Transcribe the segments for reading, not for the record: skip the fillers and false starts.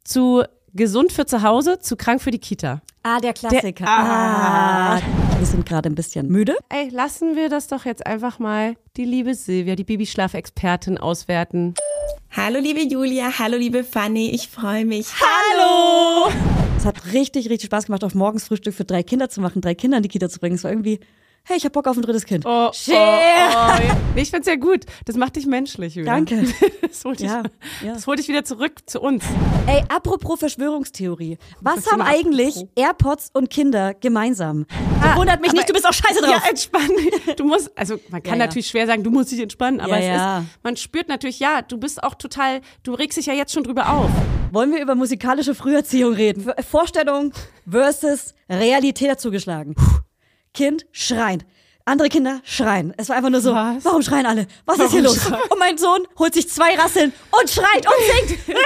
zu gesund für zu Hause, zu krank für die Kita. Der Klassiker. Wir sind gerade ein bisschen müde. Ey, lassen wir das doch jetzt einfach mal die liebe Silvia, die Babyschlafexpertin, auswerten. Hallo liebe Julia, hallo liebe Fanny, ich freue mich. Hallo! Es hat richtig, richtig Spaß gemacht, auf morgens Frühstück für 3 Kinder zu machen, 3 Kinder in die Kita zu bringen. Es war irgendwie, hey, ich hab Bock auf ein 3. Kind. Nee, ich find's ja gut. Das macht dich menschlich, Julia. Danke. Das holt dich wieder zurück zu uns. Ey, apropos Verschwörungstheorie. Was haben eigentlich AirPods und Kinder gemeinsam? Wundert mich nicht, du bist auch scheiße drauf. Ja, entspann dich. Du musst, also man kann natürlich schwer sagen, du musst dich entspannen, aber man spürt natürlich, du bist auch total, du regst dich ja jetzt schon drüber auf. Wollen wir über musikalische Früherziehung reden? Vorstellung versus Realität hat zugeschlagen. Kind schreien. Andere Kinder schreien. Es war einfach nur so, warum schreien alle? Was ist hier los? Und mein Sohn holt sich 2 Rasseln und schreit und singt.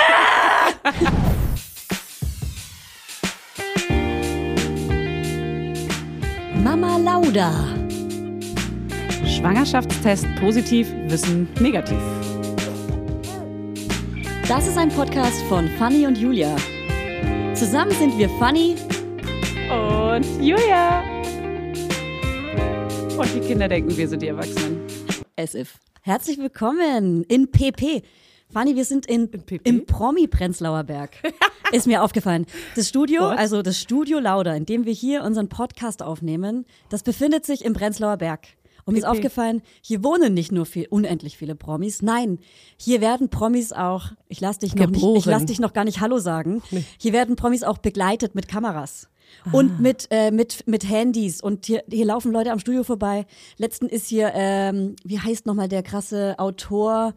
Mama Lauda. Schwangerschaftstest positiv, Wissen negativ. Das ist ein Podcast von Fanny und Julia. Zusammen sind wir Fanny und Julia. Und die Kinder denken, wir sind die Erwachsenen. As if. Herzlich willkommen in PP. Fanny, wir sind im Promi-Prenzlauer Berg. Ist mir aufgefallen. Das Studio, also das Studio Lauda, in dem wir hier unseren Podcast aufnehmen, das befindet sich im Prenzlauer Berg. Und mir ist aufgefallen, hier wohnen nicht nur unendlich viele Promis. Nein, hier werden Promis auch, ich lass dich noch gar nicht Hallo sagen. Nee. Hier werden Promis auch begleitet mit Kameras. Und mit Handys. Und hier laufen Leute am Studio vorbei. Letzten ist hier, wie heißt nochmal der krasse Autor,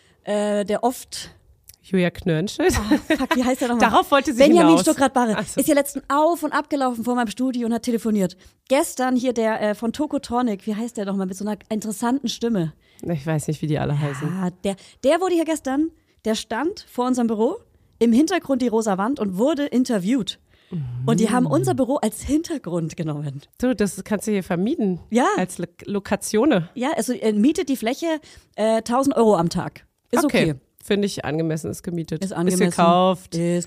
der oft... Julia Knörnschild. Wie heißt der nochmal? Darauf wollte sie Benjamin hinaus. Stuckrad-Barre ist hier letztens auf und abgelaufen vor meinem Studio und hat telefoniert. Gestern hier der von Tokotronic, wie heißt der nochmal, mit so einer interessanten Stimme. Ich weiß nicht, wie die alle heißen. Der wurde hier gestern, der stand vor unserem Büro, im Hintergrund die rosa Wand und wurde interviewt. Und die haben unser Büro als Hintergrund genommen. Du, das kannst du hier vermieten. Ja. Als Lokation. Ja, also mietet die Fläche 1.000 Euro am Tag. Ist okay. Finde ich angemessen, ist gemietet. Ist angemessen. Ist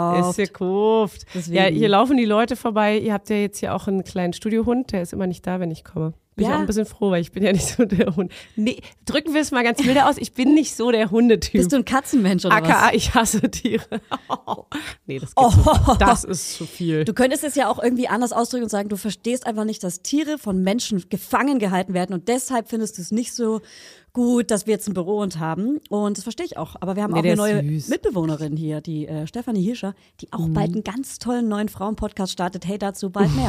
gekauft. Deswegen. Ja, hier laufen die Leute vorbei. Ihr habt ja jetzt hier auch einen kleinen Studiohund, der ist immer nicht da, wenn ich komme. Bin ich auch ein bisschen froh, weil ich bin ja nicht so der Hund. Nee, drücken wir es mal ganz milde aus, ich bin nicht so der Hundetyp. Bist du ein Katzenmensch oder AKA, was? ich hasse Tiere. Nee, das gibt's nicht. Das ist zu viel. Du könntest es ja auch irgendwie anders ausdrücken und sagen, du verstehst einfach nicht, dass Tiere von Menschen gefangen gehalten werden und deshalb findest du es nicht so gut, dass wir jetzt ein Büro haben. Und das verstehe ich auch. Aber wir haben auch eine neue Mitbewohnerin hier, die Stefanie Hirscher, die auch bald einen ganz tollen neuen Frauenpodcast startet. Hey, dazu bald mehr.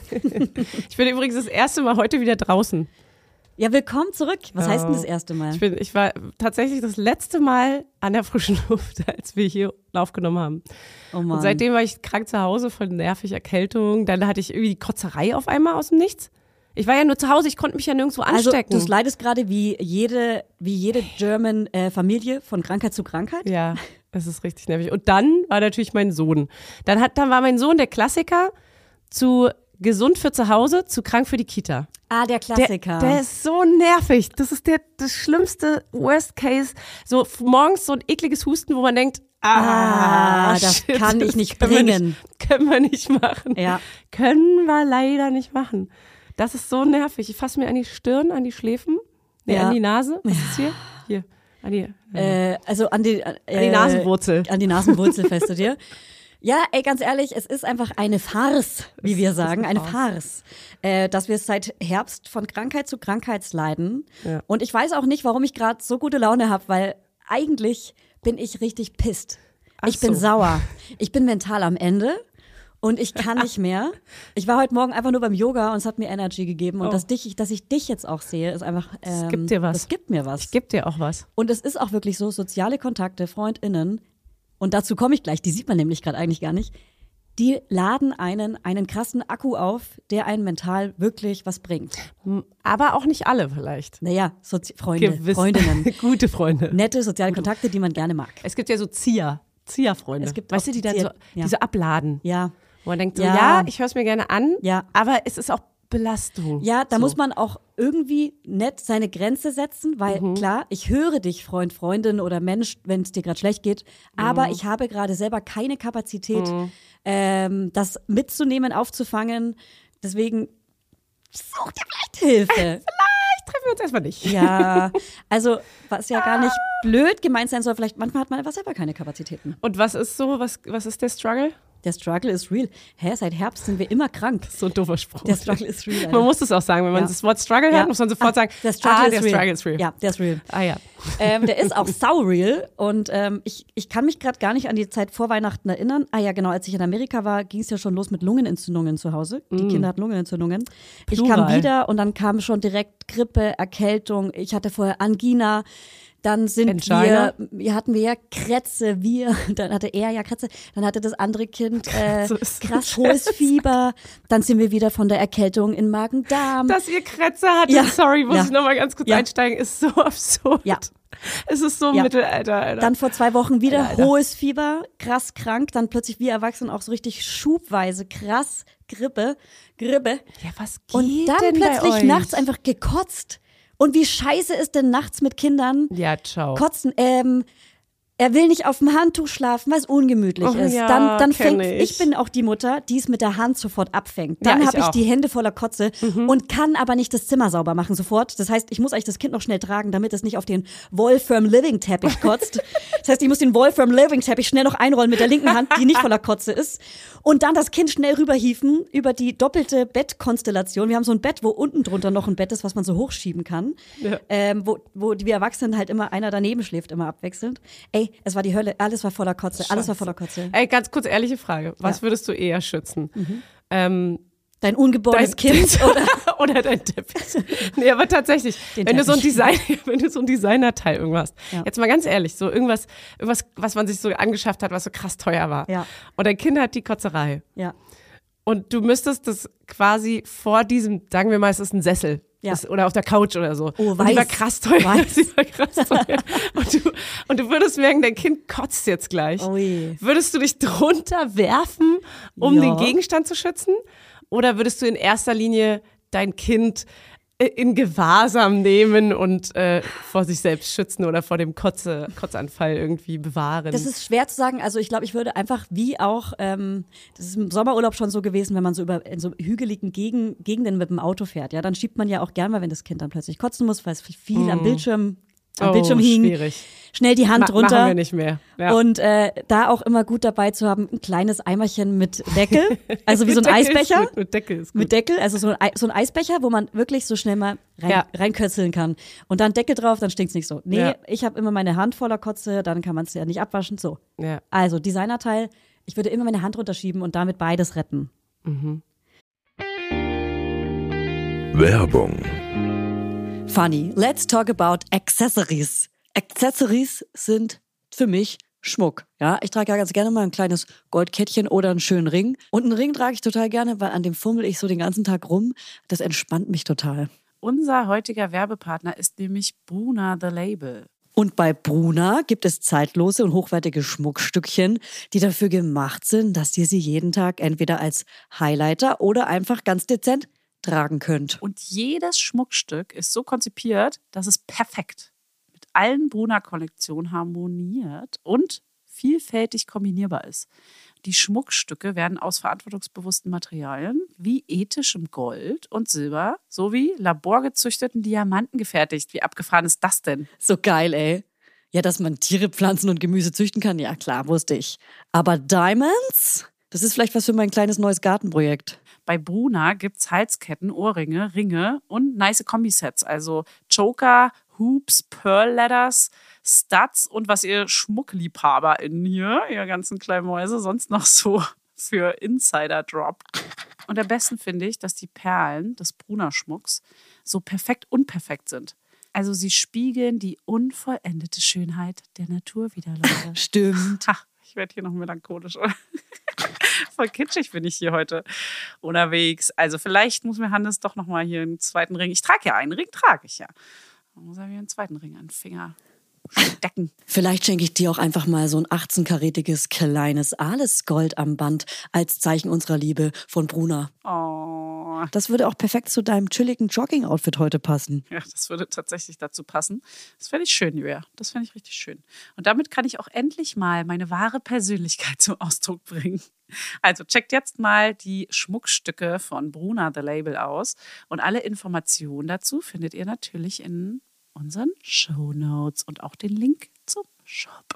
Ich bin übrigens das erste Mal heute wieder draußen. Ja, willkommen zurück. Was heißt denn das erste Mal? Ich war tatsächlich das letzte Mal an der frischen Luft, als wir hier aufgenommen haben. Oh Mann. Und seitdem war ich krank zu Hause von nervig Erkältung. Dann hatte ich irgendwie die Kotzerei auf einmal aus dem Nichts. Ich war ja nur zu Hause, ich konnte mich ja nirgendwo anstecken. Also du leidest gerade wie jede German Familie von Krankheit zu Krankheit? Ja, das ist richtig nervig. Und dann war natürlich mein Sohn. Dann war mein Sohn der Klassiker zu gesund für zu Hause, zu krank für die Kita. Der Klassiker. Der ist so nervig. Das ist das schlimmste Worst Case. So morgens so ein ekliges Husten, wo man denkt, das shit, kann ich nicht bringen. Können wir nicht machen. Ja. Können wir leider nicht machen. Das ist so nervig. Ich fasse mir an die Stirn, an die Schläfen, an die Nase. Was ist hier? Hier. An die Nasenwurzel. An die Nasenwurzel fährst du dir. Ja, ey, ganz ehrlich, es ist einfach eine Farce, wie wir sagen, eine Farce, dass wir seit Herbst von Krankheit zu Krankheit leiden. Ja. Und ich weiß auch nicht, warum ich gerade so gute Laune habe, weil eigentlich bin ich richtig pisst. Ich bin sauer. Ich bin mental am Ende. Und ich kann nicht mehr. Ich war heute Morgen einfach nur beim Yoga und es hat mir Energy gegeben. Und dass ich dich jetzt auch sehe, ist einfach, es gibt dir was. Das gibt mir was. Ich gebe dir auch was. Und es ist auch wirklich so, soziale Kontakte, FreundInnen, und dazu komme ich gleich, die sieht man nämlich gerade eigentlich gar nicht, die laden einen krassen Akku auf, der einen mental wirklich was bringt. Aber auch nicht alle vielleicht. Naja, Freundinnen. Gute Freunde. Nette soziale Kontakte, die man gerne mag. Es gibt ja so Zieher-Freunde. Weißt du, die dann so, die so abladen. Ja. Wo man denkt so, ja ich höre es mir gerne an, aber es ist auch Belastung. Ja, da muss man auch irgendwie nett seine Grenze setzen, weil klar, ich höre dich, Freund, Freundin oder Mensch, wenn es dir gerade schlecht geht, aber ich habe gerade selber keine Kapazität, das mitzunehmen, aufzufangen. Deswegen such dir vielleicht Hilfe. Treffen wir uns erstmal nicht. Ja, also was ja gar nicht blöd gemeint sein soll, vielleicht manchmal hat man einfach selber keine Kapazitäten. Und was ist so, was ist der Struggle? Der Struggle ist real. Seit Herbst sind wir immer krank. Das ist so ein doofer Spruch. Der Struggle ist real. Man muss es auch sagen, wenn man das Wort Struggle hört, muss man sofort sagen, der Struggle ist real. Ja, der ist real. Ja. Der ist auch saureal und ich kann mich gerade gar nicht an die Zeit vor Weihnachten erinnern. Ja genau, als ich in Amerika war, ging es ja schon los mit Lungenentzündungen zu Hause. Die Kinder hatten Lungenentzündungen. Ich kam wieder und dann kam schon direkt Grippe, Erkältung. Ich hatte vorher Angina. Dann hatten wir ja Krätze, dann hatte er ja Krätze, dann hatte das andere Kind krass hohes Fieber, dann sind wir wieder von der Erkältung in Magen-Darm. Dass ihr Krätze hattet, sorry, muss ich nochmal ganz kurz einsteigen, ist so absurd. Ja. Es ist so Mittelalter, Alter. Dann vor 2 Wochen wieder hohes Fieber, krass krank, dann plötzlich wie Erwachsene auch so richtig schubweise, krass Grippe. Ja, was geht und dann denn plötzlich bei euch? nachts einfach gekotzt. Und wie scheiße ist denn nachts mit Kindern kotzen? Er will nicht auf dem Handtuch schlafen, weil es ungemütlich ist. Ja, Dann fängt, ich bin auch die Mutter, die es mit der Hand sofort abfängt. Dann habe ich die Hände voller Kotze und kann aber nicht das Zimmer sauber machen sofort. Das heißt, ich muss eigentlich das Kind noch schnell tragen, damit es nicht auf den Wolfram Living Teppich kotzt. Das heißt, ich muss den Wolfram Living Teppich schnell noch einrollen mit der linken Hand, die nicht voller Kotze ist. Und dann das Kind schnell rüberhieven über die doppelte Bettkonstellation. Wir haben so ein Bett, wo unten drunter noch ein Bett ist, was man so hochschieben kann. Ja. Wo die Erwachsenen halt immer einer daneben schläft, immer abwechselnd. Es war die Hölle, alles war voller Kotze, Scheiße. alles war voller Kotze. Ganz kurz, ehrliche Frage, was würdest du eher schützen? Dein ungeborenes Kind oder dein Teppich? Nee, aber tatsächlich, wenn du so ein Designerteil irgendwas hast, jetzt mal ganz ehrlich, so irgendwas, was man sich so angeschafft hat, was so krass teuer war. Ja. Und dein Kind hat die Kotzerei. Ja. Und du müsstest das quasi vor diesem, sagen wir mal, es ist ein Sessel. Ja. Oder auf der Couch oder so. Oh, und die war krass teuer. Und du würdest merken, dein Kind kotzt jetzt gleich. Oh je. Würdest du dich drunter werfen, um den Gegenstand zu schützen? Oder würdest du in erster Linie dein Kind in Gewahrsam nehmen und vor sich selbst schützen oder vor dem Kotzanfall irgendwie bewahren? Das ist schwer zu sagen. Also ich glaube, ich würde einfach wie auch, das ist im Sommerurlaub schon so gewesen, wenn man so in so hügeligen Gegenden mit dem Auto fährt. Ja, dann schiebt man ja auch gern mal, wenn das Kind dann plötzlich kotzen muss, weil es viel am Bildschirm hing. Schwierig. Schnell die Hand runter. Machen wir nicht mehr. Ja. Und da auch immer gut dabei zu haben, ein kleines Eimerchen mit Deckel, also wie so ein Eisbecher. Mit Deckel ist gut. Mit Deckel, also so ein Eisbecher, wo man wirklich so schnell mal reinkötzeln kann. Und dann Deckel drauf, dann stinkt's nicht so. Nee, ich habe immer meine Hand voller Kotze, dann kann man es ja nicht abwaschen. So. Ja. Also Designerteil, ich würde immer meine Hand runterschieben und damit beides retten. Werbung. Funny, let's talk about Accessories. Accessories sind für mich Schmuck. Ja, ich trage ja ganz gerne mal ein kleines Goldkettchen oder einen schönen Ring. Und einen Ring trage ich total gerne, weil an dem fummel ich so den ganzen Tag rum. Das entspannt mich total. Unser heutiger Werbepartner ist nämlich Bruna The Label. Und bei Bruna gibt es zeitlose und hochwertige Schmuckstückchen, die dafür gemacht sind, dass ihr sie jeden Tag entweder als Highlighter oder einfach ganz dezent tragen könnt. Und jedes Schmuckstück ist so konzipiert, dass es perfekt mit allen Bruna-Kollektionen harmoniert und vielfältig kombinierbar ist. Die Schmuckstücke werden aus verantwortungsbewussten Materialien wie ethischem Gold und Silber sowie laborgezüchteten Diamanten gefertigt. Wie abgefahren ist das denn? So geil, ey. Ja, dass man Tiere, Pflanzen und Gemüse züchten kann, ja klar, wusste ich. Aber Diamonds? Das ist vielleicht was für mein kleines neues Gartenprojekt. Bei Bruna gibt's Halsketten, Ohrringe, Ringe und nice Kombisets. Also Choker, Hoops, Pearl Leathers, Studs und was ihr SchmuckliebhaberInnen hier, ihr ganzen kleinen Mäuse, sonst noch so für Insider droppt. Und am besten finde ich, dass die Perlen des Bruna-Schmucks so perfekt unperfekt sind. Also sie spiegeln die unvollendete Schönheit der Natur wider, Leute. Stimmt. Ha, ich werde hier noch melancholisch. Voll kitschig bin ich hier heute unterwegs. Also vielleicht muss mir Hannes doch noch mal hier einen zweiten Ring. Ich trage ja einen Ring, trage ich ja. Dann muss er mir einen zweiten Ring an den Finger stecken. Vielleicht schenke ich dir auch einfach mal so ein 18-karätiges kleines Ales-Gold am Band als Zeichen unserer Liebe von Bruna. Oh, Das würde auch perfekt zu deinem chilligen Jogging-Outfit heute passen. Ja, das würde tatsächlich dazu passen. Das fände ich schön, Julia. Das fände ich richtig schön. Und damit kann ich auch endlich mal meine wahre Persönlichkeit zum Ausdruck bringen. Also checkt jetzt mal die Schmuckstücke von Bruna The Label aus. Und alle Informationen dazu findet ihr natürlich in unseren Shownotes und auch den Link zum Shop.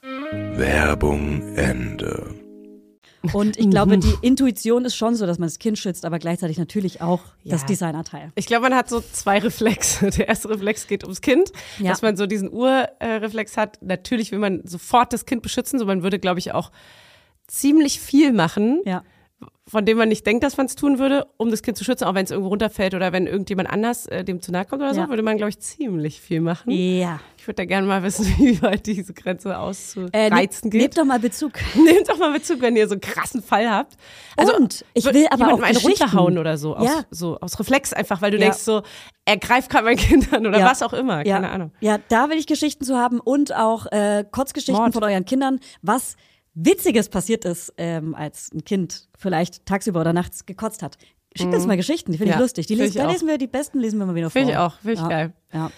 Werbung Ende. Und ich glaube, die Intuition ist schon so, dass man das Kind schützt, aber gleichzeitig natürlich auch das Designerteil. Ich glaube, man hat so 2 Reflexe. Der erste Reflex geht ums Kind, dass man so diesen Urreflex hat. Natürlich will man sofort das Kind beschützen, so man würde, glaube ich, auch ziemlich viel machen, von dem man nicht denkt, dass man es tun würde, um das Kind zu schützen, auch wenn es irgendwo runterfällt oder wenn irgendjemand anders dem zu nahe kommt oder so, würde man, glaube ich, ziemlich viel machen. Ja. Ich würde da gerne mal wissen, wie weit diese Grenze auszureizen geht. Nehmt doch mal Bezug. Nehmt doch mal Bezug, wenn ihr so einen krassen Fall habt. Also, und ich will aber auch einen runterhauen oder so, aus Reflex einfach, weil du denkst so, er greift gerade mein Kind an oder was auch immer, keine Ahnung. Ja, da will ich Geschichten zu haben und auch Kotzgeschichten von euren Kindern, was Witziges passiert ist, als ein Kind vielleicht tagsüber oder nachts gekotzt hat. Schickt uns mal Geschichten, die finde ich lustig. Lesen wir die besten, lesen wir mal wieder vor. Finde ich geil. Ja.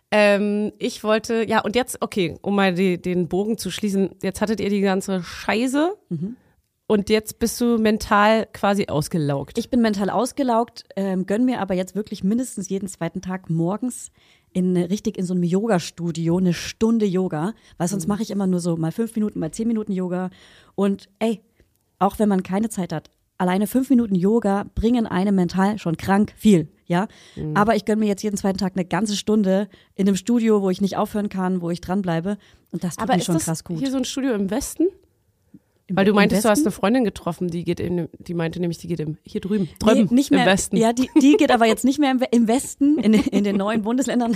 Ich wollte, und jetzt, okay, um mal den Bogen zu schließen, jetzt hattet ihr die ganze Scheiße und jetzt bist du mental quasi ausgelaugt. Ich bin mental ausgelaugt, gönn mir aber jetzt wirklich mindestens jeden zweiten Tag morgens in so einem Yoga-Studio, eine Stunde Yoga, weil sonst mache ich immer nur so mal 5 Minuten, mal 10 Minuten Yoga. Und auch wenn man keine Zeit hat, alleine 5 Minuten Yoga bringen einem mental schon krank viel, ja. Aber ich gönne mir jetzt jeden zweiten Tag eine ganze Stunde in einem Studio, wo ich nicht aufhören kann, wo ich dranbleibe. Und das tut mir schon krass gut. Hier so ein Studio im Westen? Weil du meintest, du hast eine Freundin getroffen, die meinte nämlich, die geht hier drüben nicht mehr, im Westen. Ja, die geht aber jetzt nicht mehr im Westen, in den neuen Bundesländern.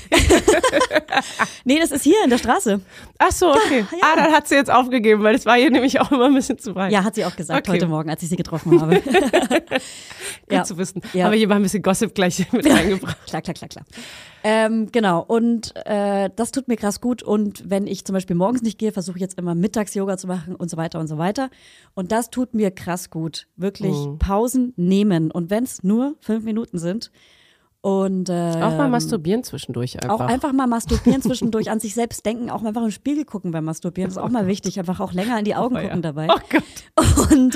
Nee, das ist hier in der Straße. Ach so, okay. Ja. Dann hat sie jetzt aufgegeben, weil das war hier nämlich auch immer ein bisschen zu weit. Ja, hat sie auch gesagt heute Morgen, als ich sie getroffen habe. Gut zu wissen. Ja. Aber hier mal ein bisschen Gossip gleich mit reingebracht. Klar. Genau, und das tut mir krass gut. Und wenn ich zum Beispiel morgens nicht gehe, versuche ich jetzt immer Mittags-Yoga zu machen und so weiter und so weiter. Und das tut mir krass gut. Wirklich Pausen nehmen. Und wenn es nur 5 Minuten sind. Und auch mal masturbieren zwischendurch einfach. Auch einfach mal masturbieren zwischendurch, an sich selbst denken, auch einfach im Spiegel gucken beim Masturbieren. Das ist auch mal wichtig, einfach auch länger in die Augen gucken dabei. Oh Gott. Und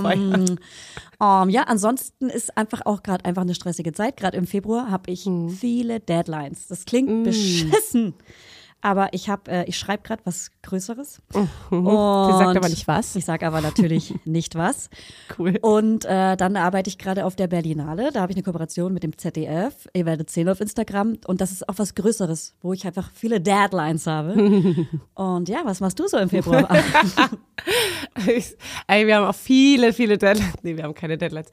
ansonsten ist einfach auch gerade einfach eine stressige Zeit. Gerade im Februar habe ich viele Deadlines. Das klingt beschissen. Aber ich schreibe gerade was Größeres. Sie sagt aber nicht was. Ich sage aber natürlich nicht was. Cool. Und dann arbeite ich gerade auf der Berlinale. Da habe ich eine Kooperation mit dem ZDF. Ihr werdet sehen auf Instagram. Und das ist auch was Größeres, wo ich einfach viele Deadlines habe. Und ja, was machst du so im Februar? Wir haben auch viele Deadlines. Nee, wir haben keine Deadlines.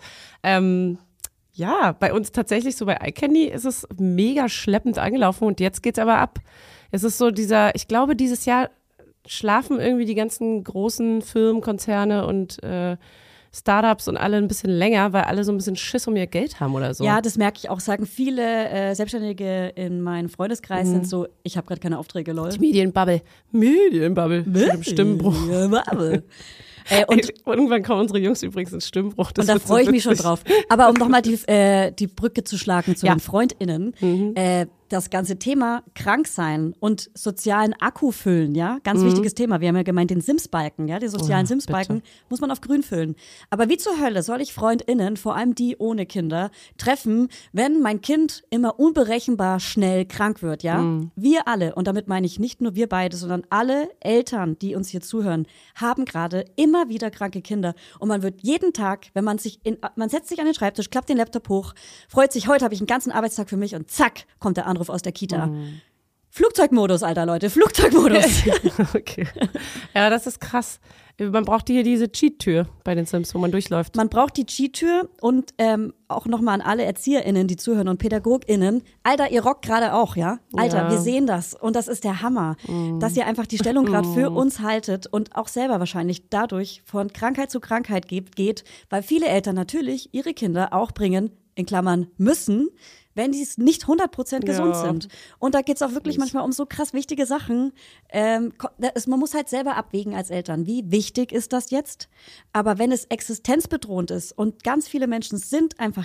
Bei uns tatsächlich so bei iCandy ist es mega schleppend angelaufen und jetzt geht's aber ab. Es ist so ich glaube, dieses Jahr schlafen irgendwie die ganzen großen Firmenkonzerne und Startups und alle ein bisschen länger, weil alle so ein bisschen Schiss um ihr Geld haben oder so. Ja, das merke ich auch. Sagen viele Selbstständige in meinem Freundeskreis sind so, ich habe gerade keine Aufträge, lol. Die Medienbubble. Mit Stimmbruch. Und irgendwann kommen unsere Jungs übrigens ins Stimmbruch. Und da freue ich mich schon drauf. Aber um nochmal die Brücke zu schlagen zu den FreundInnen, das ganze Thema Kranksein und sozialen Akku füllen, ja, ganz wichtiges Thema. Wir haben ja gemeint, den Sims-Balken, ja, den sozialen Sims-Balken muss man auf grün füllen. Aber wie zur Hölle soll ich FreundInnen, vor allem die ohne Kinder, treffen, wenn mein Kind immer unberechenbar schnell krank wird, ja? Wir alle, und damit meine ich nicht nur wir beide, sondern alle Eltern, die uns hier zuhören, haben gerade immer wieder kranke Kinder. Und man wird jeden Tag, wenn man setzt sich an den Schreibtisch, klappt den Laptop hoch, freut sich, heute habe ich einen ganzen Arbeitstag für mich und zack, kommt der Anruf aus der Kita. Flugzeugmodus, Alter, Leute, Flugzeugmodus. Okay. Ja, das ist krass. Man braucht hier diese Cheat-Tür bei den Sims, wo man durchläuft. Man braucht die Cheat-Tür und auch nochmal an alle ErzieherInnen, die zuhören und PädagogInnen. Alter, ihr rockt gerade auch, ja? Alter, wir sehen das und das ist der Hammer, dass ihr einfach die Stellung gerade für uns haltet und auch selber wahrscheinlich dadurch von Krankheit zu Krankheit geht, weil viele Eltern natürlich ihre Kinder auch bringen in Klammern müssen, wenn die nicht 100% gesund sind. Und da geht es auch wirklich manchmal um so krass wichtige Sachen. Man muss halt selber abwägen als Eltern, wie wichtig ist das jetzt? Aber wenn es existenzbedrohend ist und ganz viele Menschen sind einfach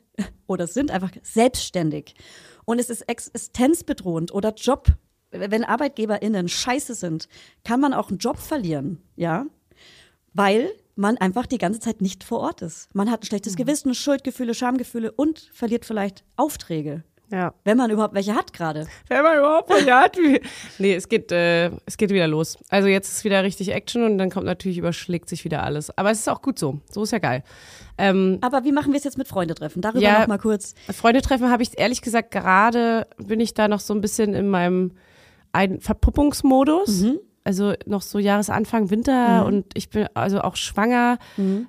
selbstständig und es ist existenzbedrohend oder wenn ArbeitgeberInnen scheiße sind, kann man auch einen Job verlieren, ja? Weil man einfach die ganze Zeit nicht vor Ort ist. Man hat ein schlechtes Gewissen, Schuldgefühle, Schamgefühle und verliert vielleicht Aufträge. Ja. Wenn man überhaupt welche hat gerade. Wenn man überhaupt welche hat. Nee, es geht wieder los. Also jetzt ist wieder richtig Action und dann überschlägt sich wieder alles. Aber es ist auch gut so. So ist ja geil. Aber wie machen wir es jetzt mit Freundetreffen? Darüber noch mal kurz. Freundetreffen habe ich ehrlich gesagt, gerade bin ich da noch so ein bisschen in meinem Verpuppungsmodus. Also noch so Jahresanfang, Winter und ich bin also auch schwanger.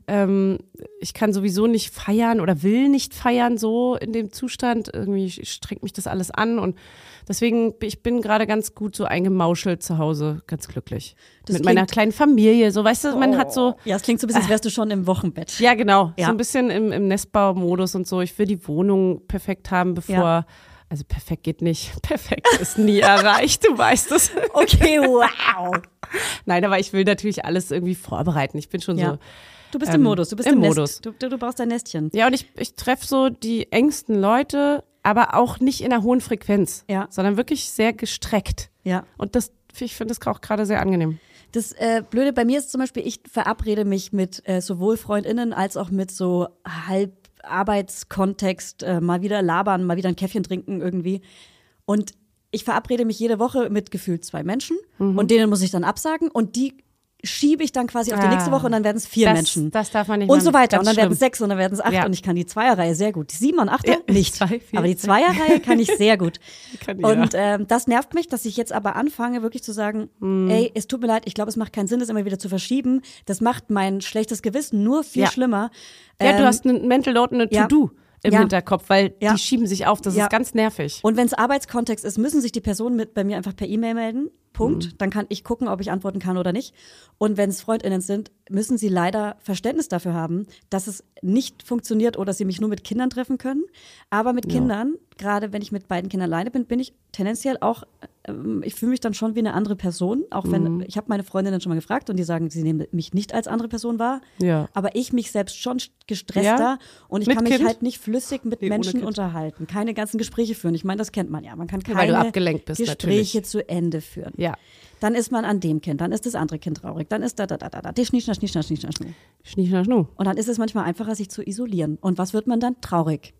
Ich kann sowieso nicht feiern oder will nicht feiern so in dem Zustand. Irgendwie strengt mich das alles an und deswegen, ich bin gerade ganz gut so eingemauschelt zu Hause, ganz glücklich. Mit meiner kleinen Familie, so weißt du, man hat so. Ja, es klingt so ein bisschen, als wärst du schon im Wochenbett. Ja, genau. Ja. So ein bisschen im Nestbaumodus und so. Ich will die Wohnung perfekt haben, bevor. Also perfekt geht nicht. Perfekt ist nie erreicht, du weißt es. Okay, wow. Nein, aber ich will natürlich alles irgendwie vorbereiten. Ich bin schon so. Du bist im Modus, du bist im Modus. Du brauchst dein Nestchen. Ja, und ich treffe so die engsten Leute, aber auch nicht in einer hohen Frequenz, sondern wirklich sehr gestreckt. Ja. Und ich finde das auch gerade sehr angenehm. Das Blöde bei mir ist zum Beispiel, ich verabrede mich mit sowohl FreundInnen als auch mit so Arbeitskontext, mal wieder labern, mal wieder ein Käffchen trinken irgendwie. Und ich verabrede mich jede Woche mit gefühlt 2 Menschen und denen muss ich dann absagen und die schiebe ich dann quasi auf die nächste Woche und dann werden es 4 Menschen. Das darf man nicht und so weiter. Und dann werden es 6 und dann werden es 8 und ich kann die Zweierreihe sehr gut. Die 7 und 8 nicht. 2, 4. Aber die Zweierreihe kann ich sehr gut. Und das nervt mich, dass ich jetzt aber anfange, wirklich zu sagen, ey, es tut mir leid, ich glaube, es macht keinen Sinn, das immer wieder zu verschieben. Das macht mein schlechtes Gewissen nur viel schlimmer. Ja, du hast einen Mental Load und eine To-Do im Hinterkopf, weil die schieben sich auf. Das ist ganz nervig. Und wenn es Arbeitskontext ist, müssen sich die Personen bei mir einfach per E-Mail melden. Punkt. Dann kann ich gucken, ob ich antworten kann oder nicht. Und wenn es FreundInnen sind, müssen sie leider Verständnis dafür haben, dass es nicht funktioniert oder sie mich nur mit Kindern treffen können. Aber mit Kindern, gerade wenn ich mit beiden Kindern alleine bin ich tendenziell auch, ich fühle mich dann schon wie eine andere Person. Auch wenn, ich habe meine Freundinnen schon mal gefragt und die sagen, sie nehmen mich nicht als andere Person wahr. Ja. Aber ich mich selbst schon gestresster und ich kann mich halt nicht flüssig mit Menschen unterhalten. Keine ganzen Gespräche führen. Ich meine, das kennt man ja. Man kann keine weil du abgelenkt bist, Gespräche zu Ende führen. Ja. Dann ist man an dem Kind, dann ist das andere Kind traurig, dann ist die Schnie-Schna-Schnu. Und dann ist es manchmal einfacher, sich zu isolieren. Und was wird man dann? Traurig.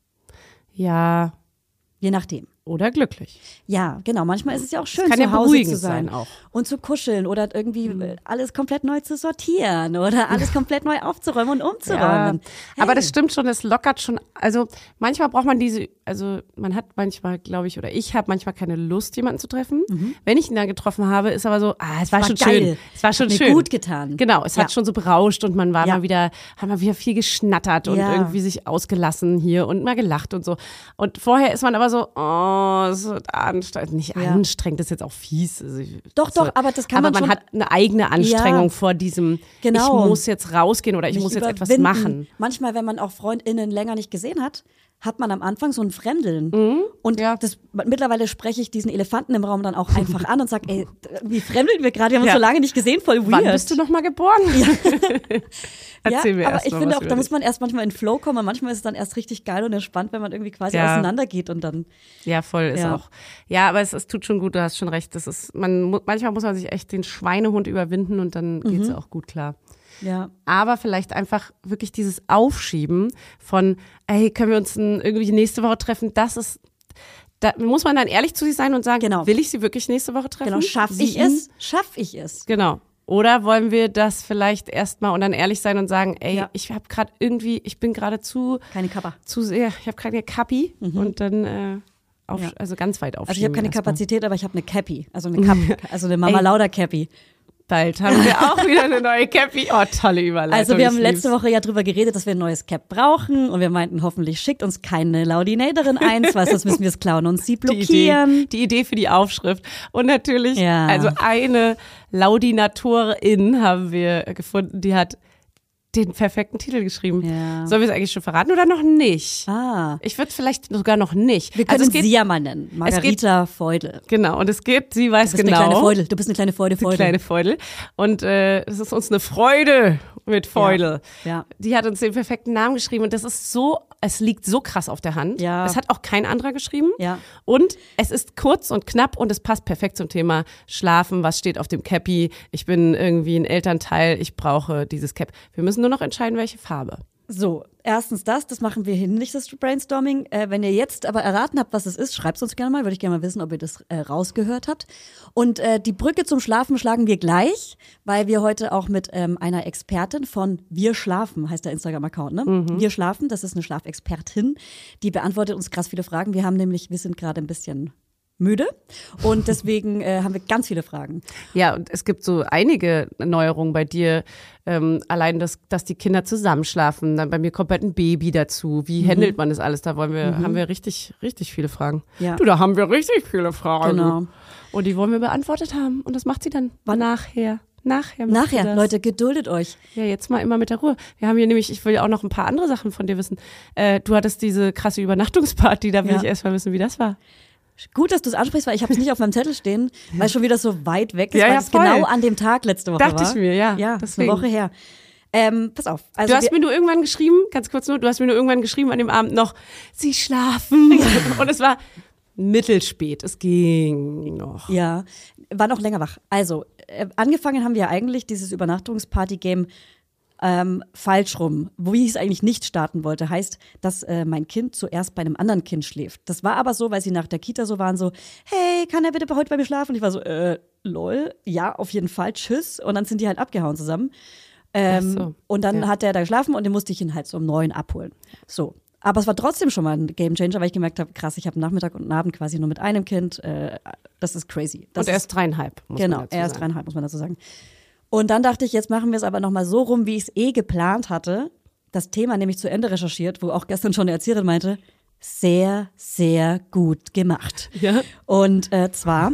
Ja. Je nachdem. Oder glücklich. Ja, genau. Manchmal ist es ja auch schön, zu Hause zu sein auch. Und zu kuscheln oder irgendwie alles komplett neu zu sortieren oder alles komplett neu aufzuräumen und umzuräumen. Ja, hey. Aber das stimmt schon, das lockert schon. Also manchmal braucht man man hat manchmal, glaube ich, oder ich habe manchmal keine Lust, jemanden zu treffen. Wenn ich ihn dann getroffen habe, ist aber so, es war schon geil. Schön. Es war schon hat schön. Mir gut getan. Genau, es hat schon so berauscht und man war haben mal wieder viel geschnattert und irgendwie sich ausgelassen hier und mal gelacht und so. Und vorher ist man aber so, so anstrengend, nicht anstrengend, das ist jetzt auch fies. Also doch, aber das kann aber man schon. Aber man hat eine eigene Anstrengung vor diesem, ich muss jetzt rausgehen oder ich muss jetzt etwas machen. Manchmal, wenn man auch FreundInnen länger nicht gesehen hat, hat man am Anfang so ein Fremdeln. Und mittlerweile spreche ich diesen Elefanten im Raum dann auch einfach an und sage, ey, wie fremdeln wir gerade? Wir haben uns so lange nicht gesehen, voll weird. Wann bist du noch mal geboren? Erzähl mir erst aber ich finde auch, da muss man erst manchmal in Flow kommen und manchmal ist es dann erst richtig geil und entspannt, wenn man irgendwie quasi auseinandergeht und dann. Ja, voll ist auch. Ja, aber es tut schon gut, du hast schon recht. Manchmal muss man sich echt den Schweinehund überwinden und dann geht's auch gut klar. Ja. Aber vielleicht einfach wirklich dieses Aufschieben von, ey, können wir uns irgendwie nächste Woche treffen? Da muss man dann ehrlich zu sich sein und sagen, will ich sie wirklich nächste Woche treffen? Genau, schaffe ich es? Genau. Oder wollen wir das vielleicht erstmal und dann ehrlich sein und sagen, ey, ich bin gerade keine Kappa. Ich habe keine Kappi und dann also ganz weit aufschieben. Also ich habe keine Kapazität, aber ich habe eine Cappy, also eine Mama Lauda Cappy. Bald haben wir auch wieder eine neue Cappy. Oh, tolle Überleitung. Also wir haben letzte Woche ja drüber geredet, dass wir ein neues Cap brauchen und wir meinten, hoffentlich schickt uns keine Laudinatorin eins, weil sonst müssen wir es klauen und sie blockieren. Die Idee für die Aufschrift. Und natürlich, also eine Laudinatorin haben wir gefunden, die hat den perfekten Titel geschrieben. Ja. Sollen wir es eigentlich schon verraten oder noch nicht? Ich würde es vielleicht sogar noch nicht. Wir können sie ja mal nennen. Margarita Feudel. Genau, und es geht, sie weiß du bist genau. Eine kleine Feudel. Du bist eine kleine Feudel. Eine kleine Feudel. Und es ist uns eine Freude mit Feudel. Ja. Die hat uns den perfekten Namen geschrieben und das ist so, es liegt so krass auf der Hand. Ja. Das hat auch kein anderer geschrieben. Ja. Und es ist kurz und knapp und es passt perfekt zum Thema Schlafen. Was steht auf dem Cappy? Ich bin irgendwie ein Elternteil. Ich brauche dieses Cap. Wir müssen nur noch entscheiden, welche Farbe. So, erstens das machen wir hin, nicht das Brainstorming. Wenn ihr jetzt aber erraten habt, was es ist, schreibt es uns gerne mal. Würde ich gerne mal wissen, ob ihr das rausgehört habt. Und die Brücke zum Schlafen schlagen wir gleich, weil wir heute auch mit einer Expertin von Wir Schlafen, heißt der Instagram-Account, ne? Wir Schlafen, das ist eine Schlafexpertin, die beantwortet uns krass viele Fragen. Wir sind gerade ein bisschen müde und deswegen haben wir ganz viele Fragen. Ja, und es gibt so einige Neuerungen bei dir. Allein, dass die Kinder zusammenschlafen. Dann bei mir kommt bald ein Baby dazu. Wie handelt man das alles? Da haben wir richtig, richtig viele Fragen. Ja. Da haben wir richtig viele Fragen. Genau. Und die wollen wir beantwortet haben. Und das macht sie dann nachher. Nachher, Leute, geduldet euch. Ja, jetzt mal immer mit der Ruhe. Wir haben hier nämlich, ich will ja auch noch ein paar andere Sachen von dir wissen. Du hattest diese krasse Übernachtungsparty, da will ich erst mal wissen, wie das war. Gut, dass du es ansprichst, weil ich habe es nicht auf meinem Zettel stehen, weil es schon wieder so weit weg ist, weil es genau an dem Tag letzte Woche Dachte war. ich mir, ja. Ja, deswegen. Eine Woche her. Pass auf. Also du hast mir nur irgendwann geschrieben, ganz kurz nur, an dem Abend noch, sie schlafen. Und es war mittelspät, es ging noch. Ja, war noch länger wach. Also, angefangen haben wir eigentlich dieses Übernachtungsparty-Game falsch rum, wie ich es eigentlich nicht starten wollte, heißt, dass mein Kind zuerst bei einem anderen Kind schläft. Das war aber so, weil sie nach der Kita so waren, so, hey, kann er bitte heute bei mir schlafen? Und ich war so, lol, ja, auf jeden Fall, tschüss. Und dann sind die halt abgehauen zusammen. Und dann hat er da geschlafen und den musste ich ihn halt so um 9 abholen. So. Aber es war trotzdem schon mal ein Gamechanger, weil ich gemerkt habe, krass, ich habe Nachmittag und einen Abend quasi nur mit einem Kind. Das ist crazy. Und er ist 3,5, Genau, er ist 3,5, muss man dazu sagen. Und dann dachte ich, jetzt machen wir es aber nochmal so rum, wie ich es geplant hatte. Das Thema nämlich zu Ende recherchiert, wo auch gestern schon eine Erzieherin meinte, sehr, sehr gut gemacht. Ja. Und zwar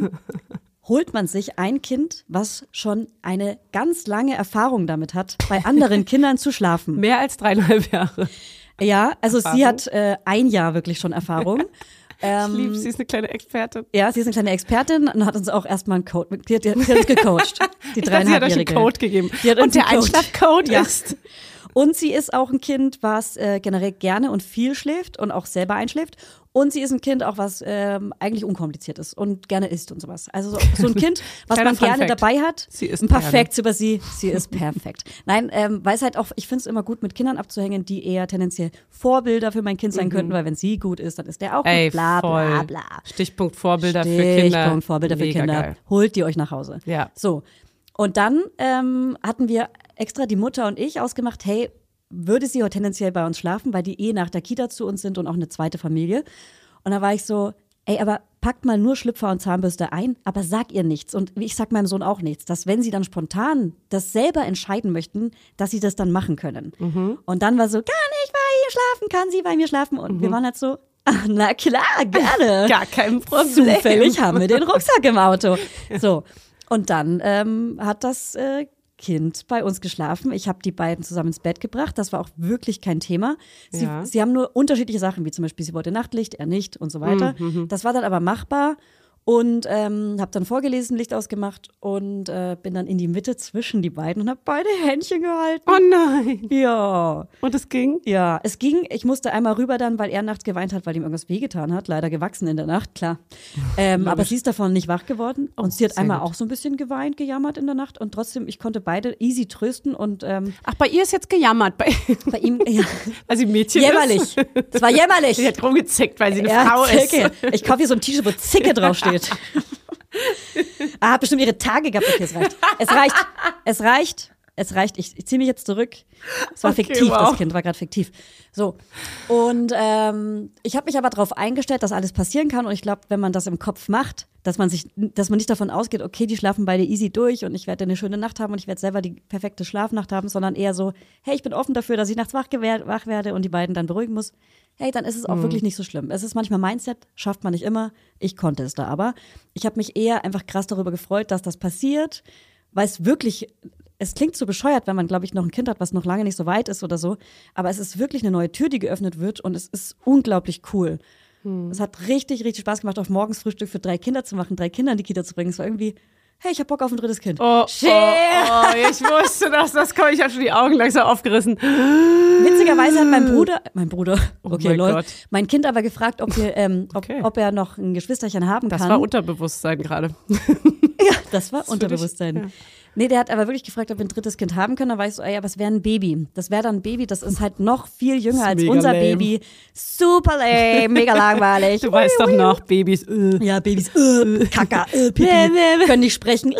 holt man sich ein Kind, was schon eine ganz lange Erfahrung damit hat, bei anderen Kindern zu schlafen. Mehr als 3,5 Jahre. Ja, also Erfahrung? Sie hat 1 Jahr wirklich schon Erfahrung. Ich liebe, sie ist eine kleine Expertin. Ja, sie ist eine kleine Expertin und hat uns auch erstmal einen Code, sie hat uns gecoacht. Die 3,5-Jährige. Sie hat euch einen Code gegeben. Und der Einschlafcode ist? Und sie ist auch ein Kind, was generell gerne und viel schläft und auch selber einschläft. Und sie ist ein Kind auch, was eigentlich unkompliziert ist und gerne isst und sowas. Also so ein Kind, was man gerne dabei hat. Sie ist ein Perfekt über sie. Sie ist perfekt. Nein, weil es halt auch, ich finde es immer gut, mit Kindern abzuhängen, die eher tendenziell Vorbilder für mein Kind sein könnten, weil wenn sie gut ist, dann ist der auch gut. Bla, bla, bla. Stichpunkt Vorbilder für Kinder. Stichpunkt Vorbilder für Kinder. Geil. Holt die euch nach Hause. Ja. So. Und dann hatten wir extra die Mutter und ich ausgemacht, hey, würde sie heute tendenziell bei uns schlafen, weil die nach der Kita zu uns sind und auch eine zweite Familie. Und da war ich so, ey, aber packt mal nur Schlüpfer und Zahnbürste ein, aber sag ihr nichts. Und ich sag meinem Sohn auch nichts, dass wenn sie dann spontan das selber entscheiden möchten, dass sie das dann machen können. Und dann war so, kann ich bei ihr schlafen, kann sie bei mir schlafen? Und wir waren halt so, ach, na klar, gerne. Gar kein Problem. Zufällig haben wir den Rucksack im Auto. So, und dann hat das Kind bei uns geschlafen. Ich habe die beiden zusammen ins Bett gebracht. Das war auch wirklich kein Thema. Sie haben nur unterschiedliche Sachen, wie zum Beispiel, sie wollte Nachtlicht, er nicht und so weiter. Das war dann aber machbar. Und habe dann vorgelesen, Licht ausgemacht und bin dann in die Mitte zwischen die beiden und habe beide Händchen gehalten. Oh nein. Ja. Und es ging? Ja, es ging. Ich musste einmal rüber dann, weil er nachts geweint hat, weil ihm irgendwas wehgetan hat. Leider gewachsen in der Nacht, klar. Aber sie ist davon nicht wach geworden. Und sie hat einmal auch so ein bisschen geweint, gejammert in der Nacht. Und trotzdem, ich konnte beide easy trösten. Und, ach, bei ihr ist jetzt gejammert. Bei ihm, ja. Weil sie ein Mädchen jämmerlich. ist. Es war jämmerlich. Sie hat rumgezickt, weil sie eine Frau Zicke. ist. Ich kaufe hier so ein T-Shirt, wo Zicke draufsteht. Hat bestimmt ihre Tage gehabt. Okay, es reicht. Ich ziehe mich jetzt zurück. Es war fiktiv, wow. Das Kind war gerade fiktiv. So. Und ich habe mich aber darauf eingestellt, dass alles passieren kann. Und ich glaube, wenn man das im Kopf macht, dass man nicht davon ausgeht, okay, die schlafen beide easy durch und ich werde eine schöne Nacht haben und ich werde selber die perfekte Schlafnacht haben, sondern eher so, hey, ich bin offen dafür, dass ich nachts wach werde und die beiden dann beruhigen muss. Hey, dann ist es auch wirklich nicht so schlimm. Es ist manchmal Mindset, schafft man nicht immer. Ich konnte es da aber. Ich habe mich eher einfach krass darüber gefreut, dass das passiert, weil es wirklich es klingt so bescheuert, wenn man, glaube ich, noch ein Kind hat, was noch lange nicht so weit ist oder so. Aber es ist wirklich eine neue Tür, die geöffnet wird und es ist unglaublich cool. Es hat richtig, richtig Spaß gemacht, auf Morgensfrühstück für 3 Kinder zu machen, 3 Kinder in die Kita zu bringen. Es war irgendwie, hey, ich hab Bock auf ein 3. Kind. Ich wusste das kommt, ich habe schon die Augen langsam aufgerissen. Witzigerweise hat mein Bruder, okay, mein lol, Gott. mein Kind aber gefragt, ob er noch ein Geschwisterchen haben kann. Das war Unterbewusstsein gerade. Ja, das war Unterbewusstsein. Ja. Nee, der hat aber wirklich gefragt, ob wir ein 3. Kind haben können. Da war ich so, aber es wäre ein Baby. Das wäre dann ein Baby, das ist halt noch viel jünger als unser lame. Baby. Super lame, mega langweilig. Du weißt doch noch, Babys. Ja, Babys, Kaka, Pipi, können nicht sprechen.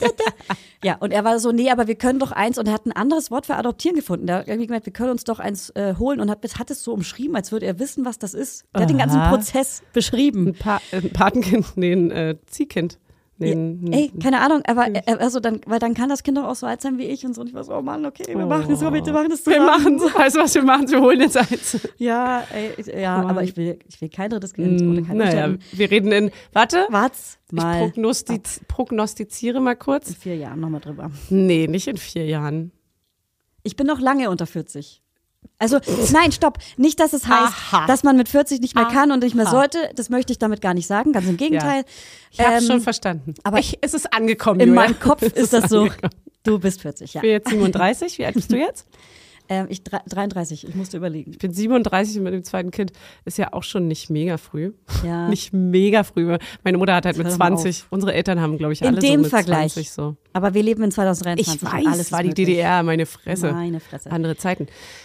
Ja, und er war so, nee, aber wir können doch eins. Und er hat ein anderes Wort für adoptieren gefunden. Der hat irgendwie gemeint, wir können uns doch eins holen und hat es so umschrieben, als würde er wissen, was das ist. Der hat den ganzen Prozess beschrieben. Ein Patenkind, nee, ein Ziehkind. Ey, keine Ahnung, aber weil dann kann das Kind doch auch so alt sein wie ich und so. Und ich war so, oh Mann, okay, wir machen es so, bitte machen es zusammen. Wir machen es, weißt du was wir machen? Wir holen jetzt eins. Ja, aber ich will kein 3. Kind oder kein Naja, wir reden in, warte. Warte mal. Ich prognostiziere mal kurz. In 4 Jahren nochmal drüber. Nee, nicht in 4 Jahren. Ich bin noch lange unter 40. Also, nein, stopp. Nicht, dass es heißt, dass man mit 40 nicht mehr kann und nicht mehr sollte. Das möchte ich damit gar nicht sagen. Ganz im Gegenteil. Ja. Ich habe schon verstanden. Aber es ist angekommen, in Julia. meinem Kopf ist das so. Du bist 40, ja. Ich bin jetzt 37. Wie alt bist du jetzt? Ich 33. Ich musste überlegen. Ich bin 37 und mit dem 2. Kind ist ja auch schon nicht mega früh. Ja. Nicht mega früh. Meine Mutter hat halt mit 20. Unsere Eltern haben, glaube ich, alle in dem so mit Vergleich. 20 so. Aber wir leben in 2023. Ich weiß, alles war die möglich. DDR, meine Fresse. Meine Fresse. Andere Zeiten.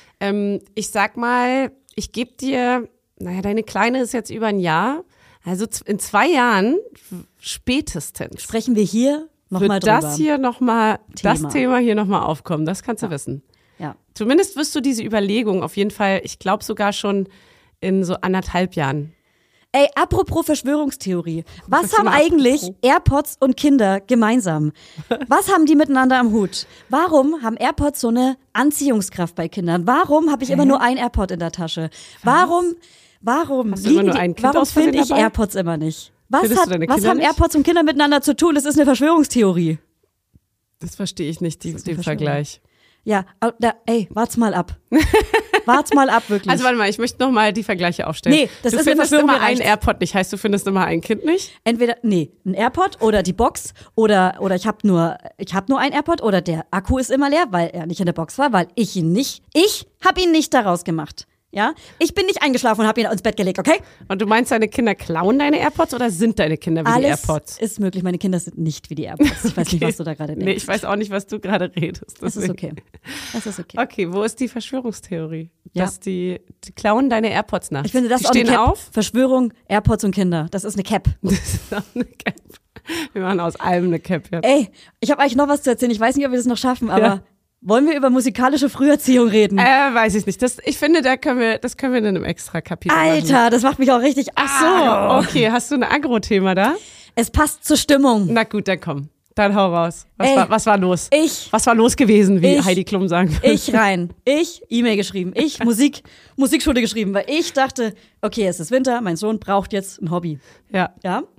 Ich sag mal, ich gebe dir, deine Kleine ist jetzt über ein Jahr, also in 2 Jahren spätestens. Sprechen wir hier nochmal drüber. Das Thema hier nochmal aufkommen, das kannst du wissen. Ja. Zumindest wirst du diese Überlegung auf jeden Fall, ich glaube sogar schon in so 1,5 Jahren. Ey, apropos Verschwörungstheorie. Was haben eigentlich AirPods und Kinder gemeinsam? Was haben die miteinander am Hut? Warum haben AirPods so eine Anziehungskraft bei Kindern? Warum habe ich immer nur ein AirPod in der Tasche? Warum Hast du immer nur ein Kind aus Versehen finde ich dabei? AirPods immer nicht? Was Findest du deine Kinder haben nicht? AirPods und Kinder miteinander zu tun? Das ist eine Verschwörungstheorie. Das verstehe ich nicht, den Vergleich. Ja, wart's mal ab. Wart's mal ab, wirklich. Also warte mal, ich möchte nochmal die Vergleiche aufstellen. Nee, das du ist eine findest Verschwörung, immer mir ein reicht's. AirPod nicht, heißt du findest immer ein Kind nicht? Entweder, ein AirPod oder die Box oder ich habe nur ein AirPod oder der Akku ist immer leer, weil er nicht in der Box war, weil ich habe ihn nicht daraus gemacht. Ja, ich bin nicht eingeschlafen und habe ihn ins Bett gelegt, okay? Und du meinst, deine Kinder klauen deine AirPods oder sind deine Kinder wie die AirPods? Alles ist möglich, meine Kinder sind nicht wie die AirPods. Ich weiß nicht, was du da gerade denkst. Nee, ich weiß auch nicht, was du gerade redest. Das ist okay. Okay, wo ist die Verschwörungstheorie? Ja. Dass die klauen deine AirPods nachts. Ich finde, das die ist auch eine stehen Cap. auf. Verschwörung, AirPods und Kinder. Das ist eine Cap. Das ist auch eine Cap. Wir machen aus allem eine Cap jetzt. Ey, ich habe eigentlich noch was zu erzählen. Ich weiß nicht, ob wir das noch schaffen, aber wollen wir über musikalische Früherziehung reden? Weiß ich nicht. Ich finde, das können wir in einem extra Kapitel machen. Alter, das macht mich auch richtig Okay, hast du ein Agro-Thema da? Es passt zur Stimmung. Na gut, dann komm. Dann hau raus. Was war los? Ich. Was war los gewesen, wie Heidi Klum sagen würde? Ich E-Mail geschrieben. Ich Musikschule geschrieben, weil ich dachte, okay, es ist Winter, mein Sohn braucht jetzt ein Hobby. Ja.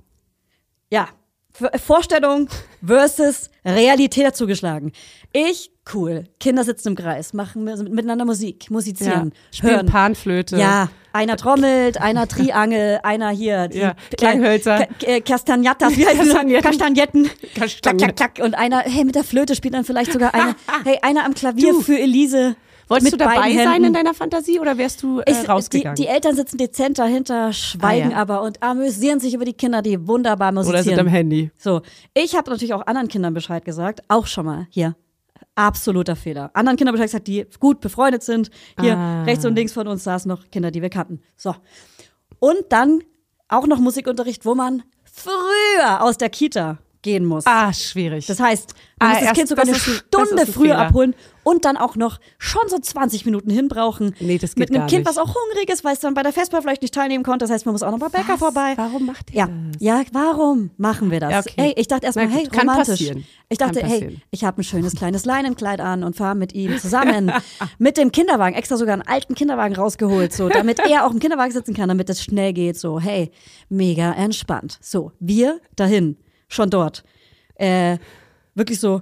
Ja. Vorstellung versus Realität dazu geschlagen. Cool. Kinder sitzen im Kreis, machen miteinander Musik, musizieren, Spielen hören. Panflöte. Ja, einer trommelt, einer Triangel, einer hier. Klanghölzer. Kastagnetten. Wie heißt das? Kastagnetten. Kastagnetten. Klack, klack, klack. Und einer, mit der Flöte spielt dann vielleicht sogar einer, einer am Klavier für Elise. Wolltest mit du dabei beiden sein Händen. in deiner Fantasie oder wärst du rausgegangen? Die Eltern sitzen dezent dahinter, schweigen aber und amüsieren sich über die Kinder, die wunderbar musizieren. Oder sind am Handy. So, ich habe natürlich auch anderen Kindern Bescheid gesagt, auch schon mal hier. Absoluter Fehler. Anderen Kindern Bescheid gesagt, die gut befreundet sind. Hier rechts und links von uns saßen noch Kinder, die wir kannten. So. Und dann auch noch Musikunterricht, wo man früher aus der Kita gehen muss. Schwierig. Das heißt, man muss das Kind sogar eine Stunde früher abholen und dann auch noch schon so 20 Minuten hinbrauchen. Nee, das geht mit einem gar Kind, nicht. was auch hungrig ist, weil es dann bei der Vesper vielleicht nicht teilnehmen konnte. Das heißt, man muss auch noch bei Bäcker vorbei. Warum macht ihr das? Ja, warum machen wir das? Ja, okay. Hey, ich dachte erstmal, hey, kann romantisch. passieren. Ich dachte, Kann passieren. hey, ich habe ein schönes kleines Leinenkleid an und fahre mit ihm zusammen mit dem Kinderwagen, extra sogar einen alten Kinderwagen rausgeholt, so, damit er auch im Kinderwagen sitzen kann, damit es schnell geht. So, hey, mega entspannt. So, wir dahin, schon dort. Wirklich so,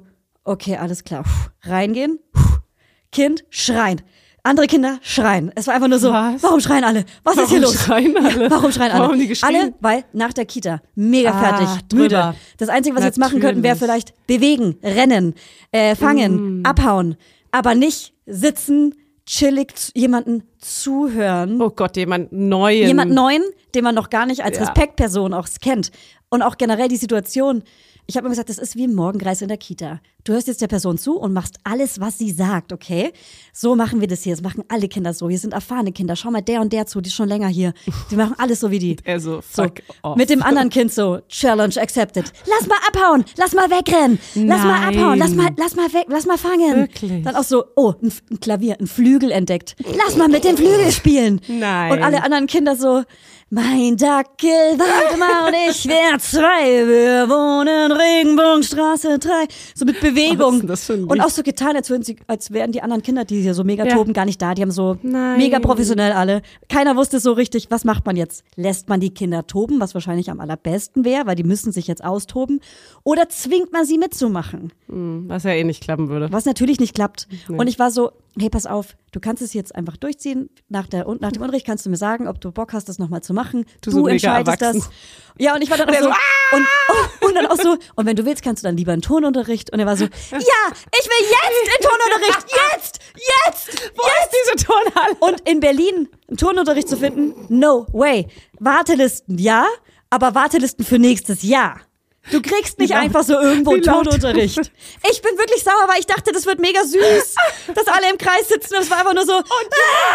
okay, alles klar. Reingehen, Kind schreien. Andere Kinder schreien. Es war einfach nur so, warum schreien alle? Was ist hier los? Schreien alle? Ja, warum schreien alle? Warum die geschrien? Alle, weil nach der Kita, mega fertig, müde. Das Einzige, was wir jetzt machen könnten, wäre vielleicht bewegen, rennen, fangen, abhauen. Aber nicht sitzen, chillig jemanden zuhören. Oh Gott, jemand Neuen. Jemand Neuen, den man noch gar nicht als Respektperson auch kennt. Und auch generell die Situation. Ich habe immer gesagt, das ist wie im Morgenkreis in der Kita. Du hörst jetzt der Person zu und machst alles, was sie sagt, okay? So machen wir das hier. Das machen alle Kinder so. Hier sind erfahrene Kinder. Schau mal der und der zu, die ist schon länger hier. Die machen alles so wie die. Also, fuck off. Mit dem anderen Kind so, Challenge accepted. Lass mal abhauen, lass mal wegrennen. Lass mal abhauen, lass mal weg, lass mal fangen. Wirklich? Dann auch so, oh, ein Klavier, ein Flügel entdeckt. Lass mal mit dem Flügel spielen. Nein. Und alle anderen Kinder so, mein Dackel, Waldemar und ich, wir zwei, wir wohnen Regenbogenstraße 3. So mit Bewegung. Was ist denn das für ein Und Lied? auch so getan, als wären die anderen Kinder, die hier so mega toben, gar nicht da. Die haben so mega professionell alle. Keiner wusste so richtig, was macht man jetzt? Lässt man die Kinder toben, was wahrscheinlich am allerbesten wäre, weil die müssen sich jetzt austoben. Oder zwingt man sie mitzumachen? Was ja eh nicht klappen würde. Was natürlich nicht klappt. Nee. Und ich war so, hey, pass auf, du kannst es jetzt einfach durchziehen. Nach dem Unterricht kannst du mir sagen, ob du Bock hast, das nochmal zu machen. Du so entscheidest erwachsen. das. Ja, und ich war dann auch so, und dann auch so, und wenn du willst, kannst du dann lieber in Turnunterricht. Und er war so, ja, ich will jetzt in Turnunterricht, jetzt! Wo ist diese Turnhalle? Und in Berlin einen Turnunterricht zu finden, no way. Wartelisten, ja, aber Wartelisten für nächstes Jahr. Du kriegst nicht einfach so irgendwo Turnunterricht. Ich bin wirklich sauer, weil ich dachte, das wird mega süß, dass alle im Kreis sitzen und es war einfach nur so. Und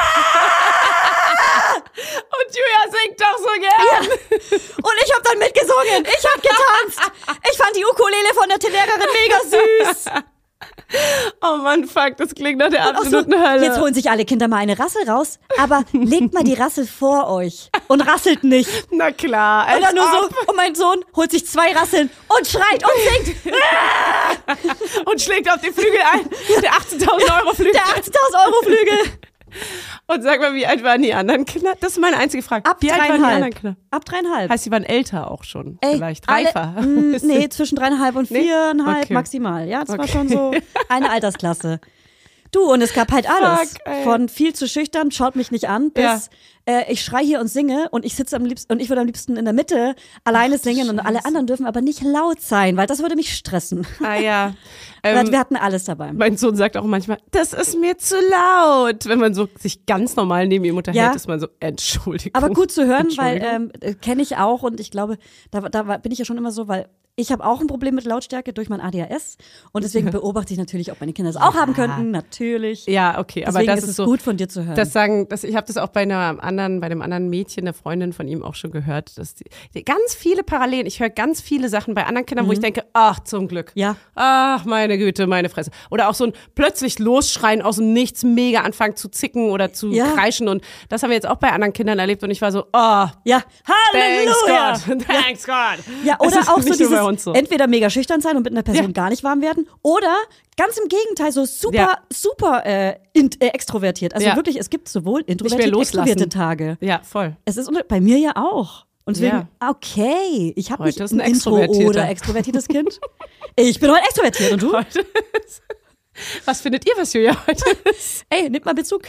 Julia singt doch so gern. Ja. Und ich habe dann mitgesungen. Ich habe getanzt. Ich fand die Ukulele von der Lehrerin mega süß. Oh Mann, fuck, das klingt nach der Und auch absoluten so, Hölle. jetzt holen sich alle Kinder mal eine Rassel raus, aber legt mal die Rassel vor euch und rasselt nicht. Na klar. Und dann nur so, und mein Sohn holt sich 2 Rasseln und schreit und singt. Und schlägt auf den Flügel ein. Der 18.000 Euro Flügel. Der 18.000 Euro Flügel. Und sag mal, wie alt waren die anderen Kinder? Das ist meine einzige Frage. Ab wie alt waren die 3,5. anderen Kinder? Ab 3,5. Heißt, die waren älter auch schon, Ey, vielleicht. Reifer. Nee, zwischen 3,5 und 4,5 Okay. maximal. Ja, das war schon so eine Altersklasse. Du, und es gab halt alles. Fuck, ey. Von viel zu schüchtern, schaut mich nicht an, bis ich schrei hier und singe und ich sitze am liebsten, und ich würde am liebsten in der Mitte alleine singen und alle anderen dürfen aber nicht laut sein, weil das würde mich stressen. Ah ja. Wir hatten alles dabei. Mein Sohn sagt auch manchmal, das ist mir zu laut. Wenn man so sich ganz normal neben ihm unterhält, Ja. ist man so, Entschuldigung. Aber gut zu hören, weil Entschuldigung. kenne ich auch und ich glaube, da bin ich ja schon immer so, weil ich habe auch ein Problem mit Lautstärke durch mein ADHS und deswegen beobachte ich natürlich, ob meine Kinder es auch haben könnten, natürlich. Ja, okay, aber Deswegen das ist es so gut von dir zu hören. ich habe das auch bei dem anderen Mädchen, der Freundin von ihm auch schon gehört, dass die ganz viele Parallelen, ich höre ganz viele Sachen bei anderen Kindern, wo ich denke, ach, zum Glück. Ja. Ach, meine Güte, meine Fresse. Oder auch so ein plötzlich Losschreien aus dem Nichts, mega anfangen zu zicken oder zu kreischen und das haben wir jetzt auch bei anderen Kindern erlebt und ich war so, oh, Ja, Halleluja! thanks God, thanks God. Ja, Es oder ist auch nicht so nur dieses, bei uns so. entweder mega schüchtern sein und mit einer Person Ja. gar nicht warm werden oder ganz im Gegenteil, so super extrovertiert. Also Ja. wirklich, es gibt sowohl Nicht mehr introvertierte, loslassen. extrovertierte Tage. Ja, voll. Es ist bei mir ja auch. Und deswegen, Ja. okay, ich habe nicht Heute ist ein ein Intro- Extrovertierter. oder extrovertiertes Kind. Ich bin heute extrovertiert und du? Heute ist, was findet ihr, was Julia heute ist? Ey, nimmt mal Bezug.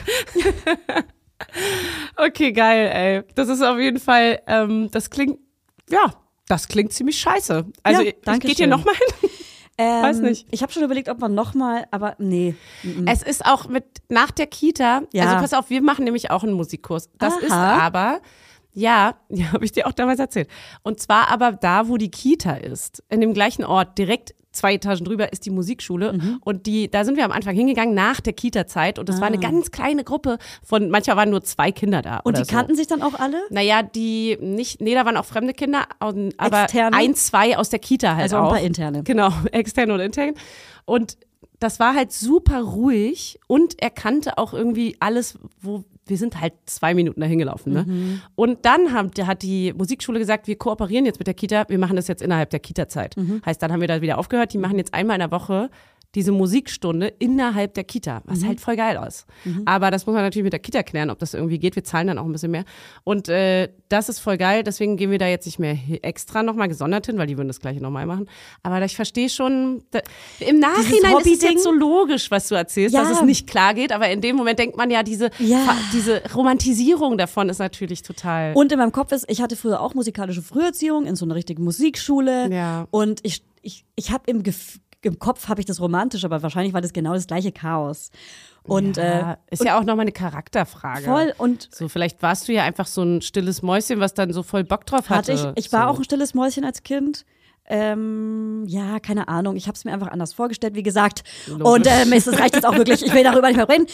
Okay, geil, ey. Das ist auf jeden Fall, das klingt ziemlich scheiße. Also, Ja, danke geht ihr schön. nochmal hin? Weiß nicht. Ich habe schon überlegt, ob man nochmal, aber nee. Es ist auch nach der Kita, Ja. also pass auf, wir machen nämlich auch einen Musikkurs. Das Aha. ist aber, ja, habe ich dir auch damals erzählt. Und zwar aber da, wo die Kita ist, in dem gleichen Ort, direkt 2 Etagen drüber ist die Musikschule und da sind wir am Anfang hingegangen nach der Kita-Zeit und das war eine ganz kleine Gruppe von, manchmal waren nur 2 Kinder da. Und oder die kannten sich dann auch alle? Naja, da waren auch fremde Kinder, aber Externe? 1, 2 aus der Kita halt Also auch ein paar interne. Genau, externe und interne. Und das war halt super ruhig und er kannte auch irgendwie alles, wir sind halt 2 Minuten dahin gelaufen. Ne? Und dann hat die Musikschule gesagt, wir kooperieren jetzt mit der Kita, wir machen das jetzt innerhalb der Kita-Zeit. Heißt, dann haben wir da wieder aufgehört, die machen jetzt einmal in der Woche diese Musikstunde innerhalb der Kita, was halt voll geil ist. Aber das muss man natürlich mit der Kita klären, ob das irgendwie geht. Wir zahlen dann auch ein bisschen mehr. Und das ist voll geil, deswegen gehen wir da jetzt nicht mehr extra nochmal gesondert hin, weil die würden das Gleiche nochmal machen. Aber ich verstehe schon, im Nachhinein ist es jetzt so logisch, was du erzählst, dass es nicht klar geht, aber in dem Moment denkt man ja, diese Romantisierung davon ist natürlich total... Und in meinem Kopf ist, ich hatte früher auch musikalische Früherziehung in so einer richtigen Musikschule und ich habe im Kopf habe ich das romantisch, aber wahrscheinlich war das genau das gleiche Chaos. Und ist ja auch nochmal eine Charakterfrage. Voll und so vielleicht warst du ja einfach so ein stilles Mäuschen, was dann so voll Bock drauf hatte. Ich war auch ein stilles Mäuschen als Kind. Keine Ahnung. Ich habe es mir einfach anders vorgestellt, wie gesagt. Logisch. Und es reicht jetzt auch wirklich. Ich will darüber nicht mehr reden.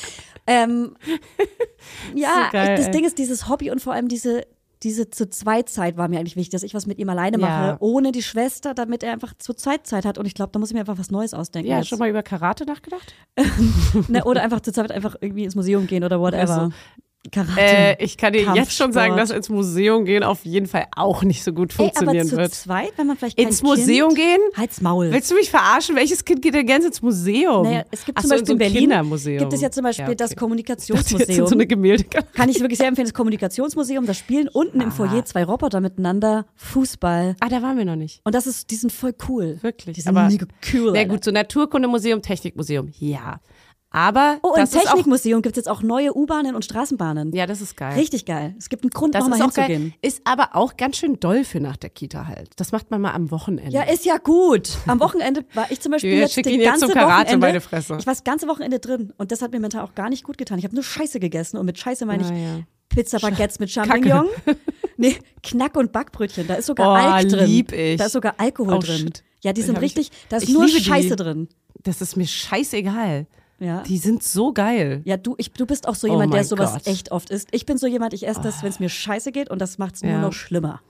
Das Ding ist dieses Hobby und vor allem diese zu zweit Zeit war mir eigentlich wichtig, dass ich was mit ihm alleine mache, ohne die Schwester, damit er einfach zu zweit Zeit hat. Und ich glaube, da muss ich mir einfach was Neues ausdenken. Ja, schon mal über Karate nachgedacht? Oder einfach zu zweit einfach irgendwie ins Museum gehen oder whatever. Also, ich kann dir jetzt schon sagen, dass ins Museum gehen auf jeden Fall auch nicht so gut funktionieren wird. Aber zu zweit, wenn man vielleicht kein ins Museum gehen? Halt's Maul. Willst du mich verarschen? Welches Kind geht denn gerne ins Museum? Naja, es gibt zum Beispiel in Berlin Kindermuseum. Gibt es ja zum Beispiel das Kommunikationsmuseum. So eine Gemälde. Kann ich wirklich sehr empfehlen, das Kommunikationsmuseum. Da spielen unten im Foyer 2 Roboter miteinander Fußball. Da waren wir noch nicht. Und die sind voll cool. Wirklich. Die sind mega cool. Sehr gut, so Naturkundemuseum, Technikmuseum, ja. Aber im Technikmuseum gibt es jetzt auch neue U-Bahnen und Straßenbahnen. Ja, das ist geil. Richtig geil. Es gibt einen Grund, nochmal hinzugehen. Ist aber auch ganz schön doll für nach der Kita halt. Das macht man mal am Wochenende. Ja, ist ja gut. Am Wochenende war ich zum Beispiel jetzt das ganze Wochenende. Meine Fresse. Ich war das ganze Wochenende drin und das hat mir mental auch gar nicht gut getan. Ich habe nur Scheiße gegessen und mit Scheiße meine ich Pizza-Baguettes mit Champignon. Nee, Knack- und Backbrötchen. Da ist sogar Alk drin. Lieb ich. Da ist sogar Alkohol drin. Shit. Ja, die sind richtig, da ist nur Scheiße drin. Das ist mir scheißegal. Ja. Die sind so geil. Ja, du bist auch so jemand, der sowas echt oft isst. Ich bin so jemand, ich esse das, wenn es mir scheiße geht und das macht es nur noch schlimmer.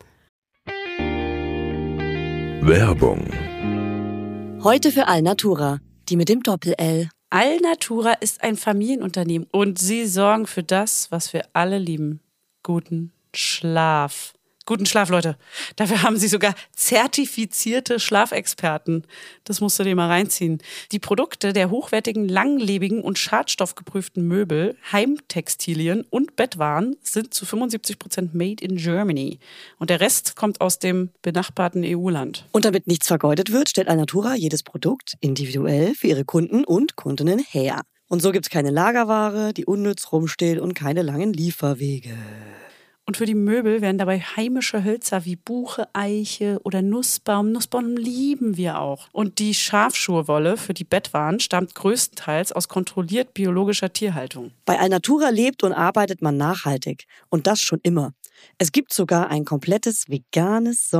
Werbung. Heute für Alnatura, die mit dem Doppel-L. Alnatura ist ein Familienunternehmen und sie sorgen für das, was wir alle lieben. Guten Schlaf. Guten Schlaf, Leute. Dafür haben sie sogar zertifizierte Schlafexperten. Das musst du dir mal reinziehen. Die Produkte der hochwertigen, langlebigen und schadstoffgeprüften Möbel, Heimtextilien und Bettwaren sind zu 75% made in Germany. Und der Rest kommt aus dem benachbarten EU-Land. Und damit nichts vergeudet wird, stellt Alnatura jedes Produkt individuell für ihre Kunden und Kundinnen her. Und so gibt's keine Lagerware, die unnütz rumsteht und keine langen Lieferwege. Und für die Möbel werden dabei heimische Hölzer wie Buche, Eiche oder Nussbaum. Nussbaum lieben wir auch. Und die Schafschurwolle für die Bettwaren stammt größtenteils aus kontrolliert biologischer Tierhaltung. Bei Alnatura lebt und arbeitet man nachhaltig. Und das schon immer. Es gibt sogar ein komplettes veganes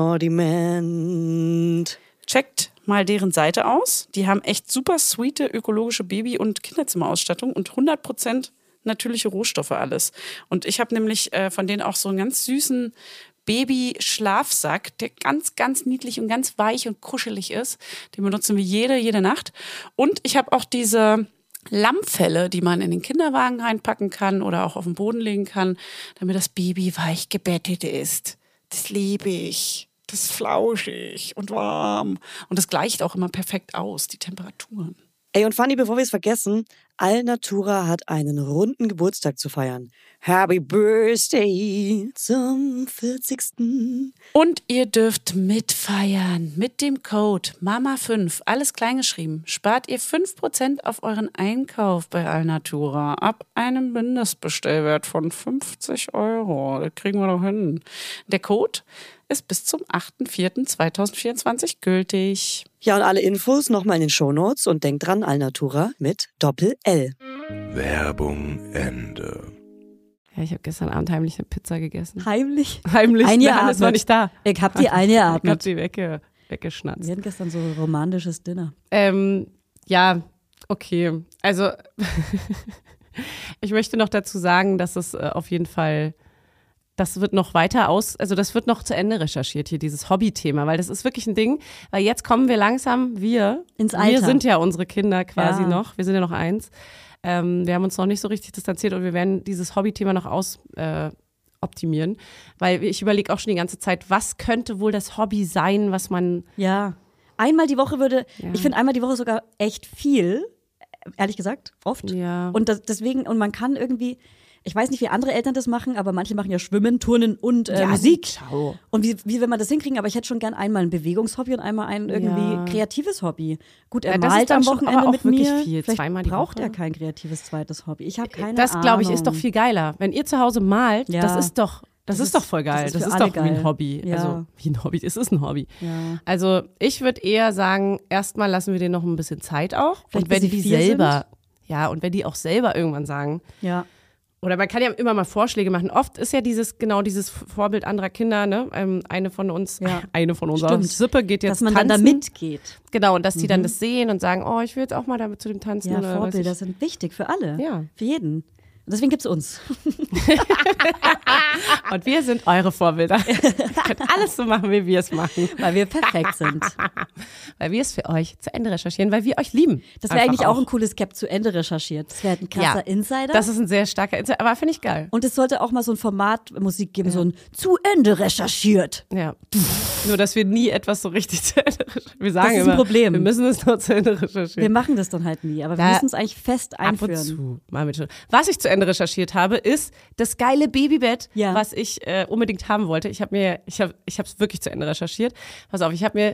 Sortiment. Checkt mal deren Seite aus. Die haben echt super sweete ökologische Baby- und Kinderzimmerausstattung und 100% natürliche Rohstoffe alles. Und ich habe nämlich von denen auch so einen ganz süßen Baby-Schlafsack, der ganz, ganz niedlich und ganz weich und kuschelig ist. Den benutzen wir jede Nacht. Und ich habe auch diese Lammfelle, die man in den Kinderwagen reinpacken kann oder auch auf den Boden legen kann, damit das Baby weich gebettet ist. Das liebe ich. Das ist flauschig und warm. Und das gleicht auch immer perfekt aus, die Temperaturen. Ey, und Fanny, bevor wir es vergessen, Alnatura hat einen runden Geburtstag zu feiern. Happy Birthday zum 40. Und ihr dürft mitfeiern mit dem Code MAMA5, alles kleingeschrieben. Spart ihr 5% auf euren Einkauf bei Alnatura ab einem Mindestbestellwert von 50 €. Das kriegen wir doch hin. Der Code ist bis zum 8.4.2024 gültig. Ja, und alle Infos nochmal in den Shownotes und denkt dran, Alnatura mit Doppel-L. Werbung Ende. Ja, ich habe gestern Abend heimlich eine Pizza gegessen. Heimlich? Heimlich. Eingeatmet. War nicht da. Ich hab die eingeatmet. Ich hab sie weggeschnatzt. Wir hatten gestern so ein romantisches Dinner. Ja, okay. Also ich möchte noch dazu sagen, dass es auf jeden Fall, das wird noch weiter das wird noch zu Ende recherchiert hier, dieses Hobbythema, weil das ist wirklich ein Ding, weil jetzt kommen wir langsam, ins Alter. Wir sind ja unsere Kinder quasi noch, wir sind ja noch 1. Wir haben uns noch nicht so richtig distanziert und wir werden dieses Hobbythema noch optimieren, weil ich überlege auch schon die ganze Zeit, was könnte wohl das Hobby sein, was man... Ja, einmal die Woche ich finde einmal die Woche sogar echt viel, ehrlich gesagt, oft. Ja. Und deswegen, und man kann irgendwie, ich weiß nicht, wie andere Eltern das machen, aber manche machen ja Schwimmen, Turnen und Musik. Ciao. Und wie will man das hinkriegen? Aber ich hätte schon gern einmal ein Bewegungshobby und einmal ein irgendwie kreatives Hobby. Gut, er malt am Wochenende mit mir. Viel. Vielleicht Zweimal die braucht Woche. er kein kreatives zweites Hobby. Ich habe keine Ahnung. Das, glaube ich, ist doch viel geiler. Wenn ihr zu Hause malt, Ja. das ist doch voll geil. Das ist doch wie ein Hobby. Ja. Also wie ein Hobby. Es ist ein Hobby. Ja. Also ich würde eher sagen, erstmal lassen wir denen noch ein bisschen Zeit auch. Vielleicht und wenn bis sie die 4 selber, und wenn die auch selber irgendwann sagen, Ja. oder man kann ja immer mal Vorschläge machen. Oft ist ja dieses Vorbild anderer Kinder, ne? Eine von uns, eine von unserer Stimmt. Sippe geht jetzt Dass man tanzen. dann da mitgeht. Genau, und dass die dann das sehen und sagen, oh, ich will jetzt auch mal damit zu dem tanzen. Ja, oder weiß Vorbilder ich. sind wichtig für alle. Ja. Für jeden. Und deswegen gibt's uns. Und wir sind eure Vorbilder. Ihr könnt alles so machen, wie wir es machen. Weil wir perfekt sind. Weil wir es für euch zu Ende recherchieren, weil wir euch lieben. Das wäre eigentlich Einfach auch ein cooles Cap zu Ende recherchiert. Das wäre ein krasser Insider. Das ist ein sehr starker Insider, aber finde ich geil. Und es sollte auch mal so ein Format Musik geben, so ein zu Ende recherchiert. Ja. Nur, dass wir nie etwas so richtig zu Ende recherchieren. Wir sagen Das ist ein immer, Problem. wir müssen es nur zu Ende Wir recherchieren. machen das dann halt nie, aber wir Da- müssen es eigentlich fest Ab und einführen. zu. Mal mit schon. Was ich zu Ende recherchiert habe, ist das geile Babybett, Ja. was ich unbedingt haben wollte. Ich habe es wirklich zu Ende recherchiert. Pass auf, ich habe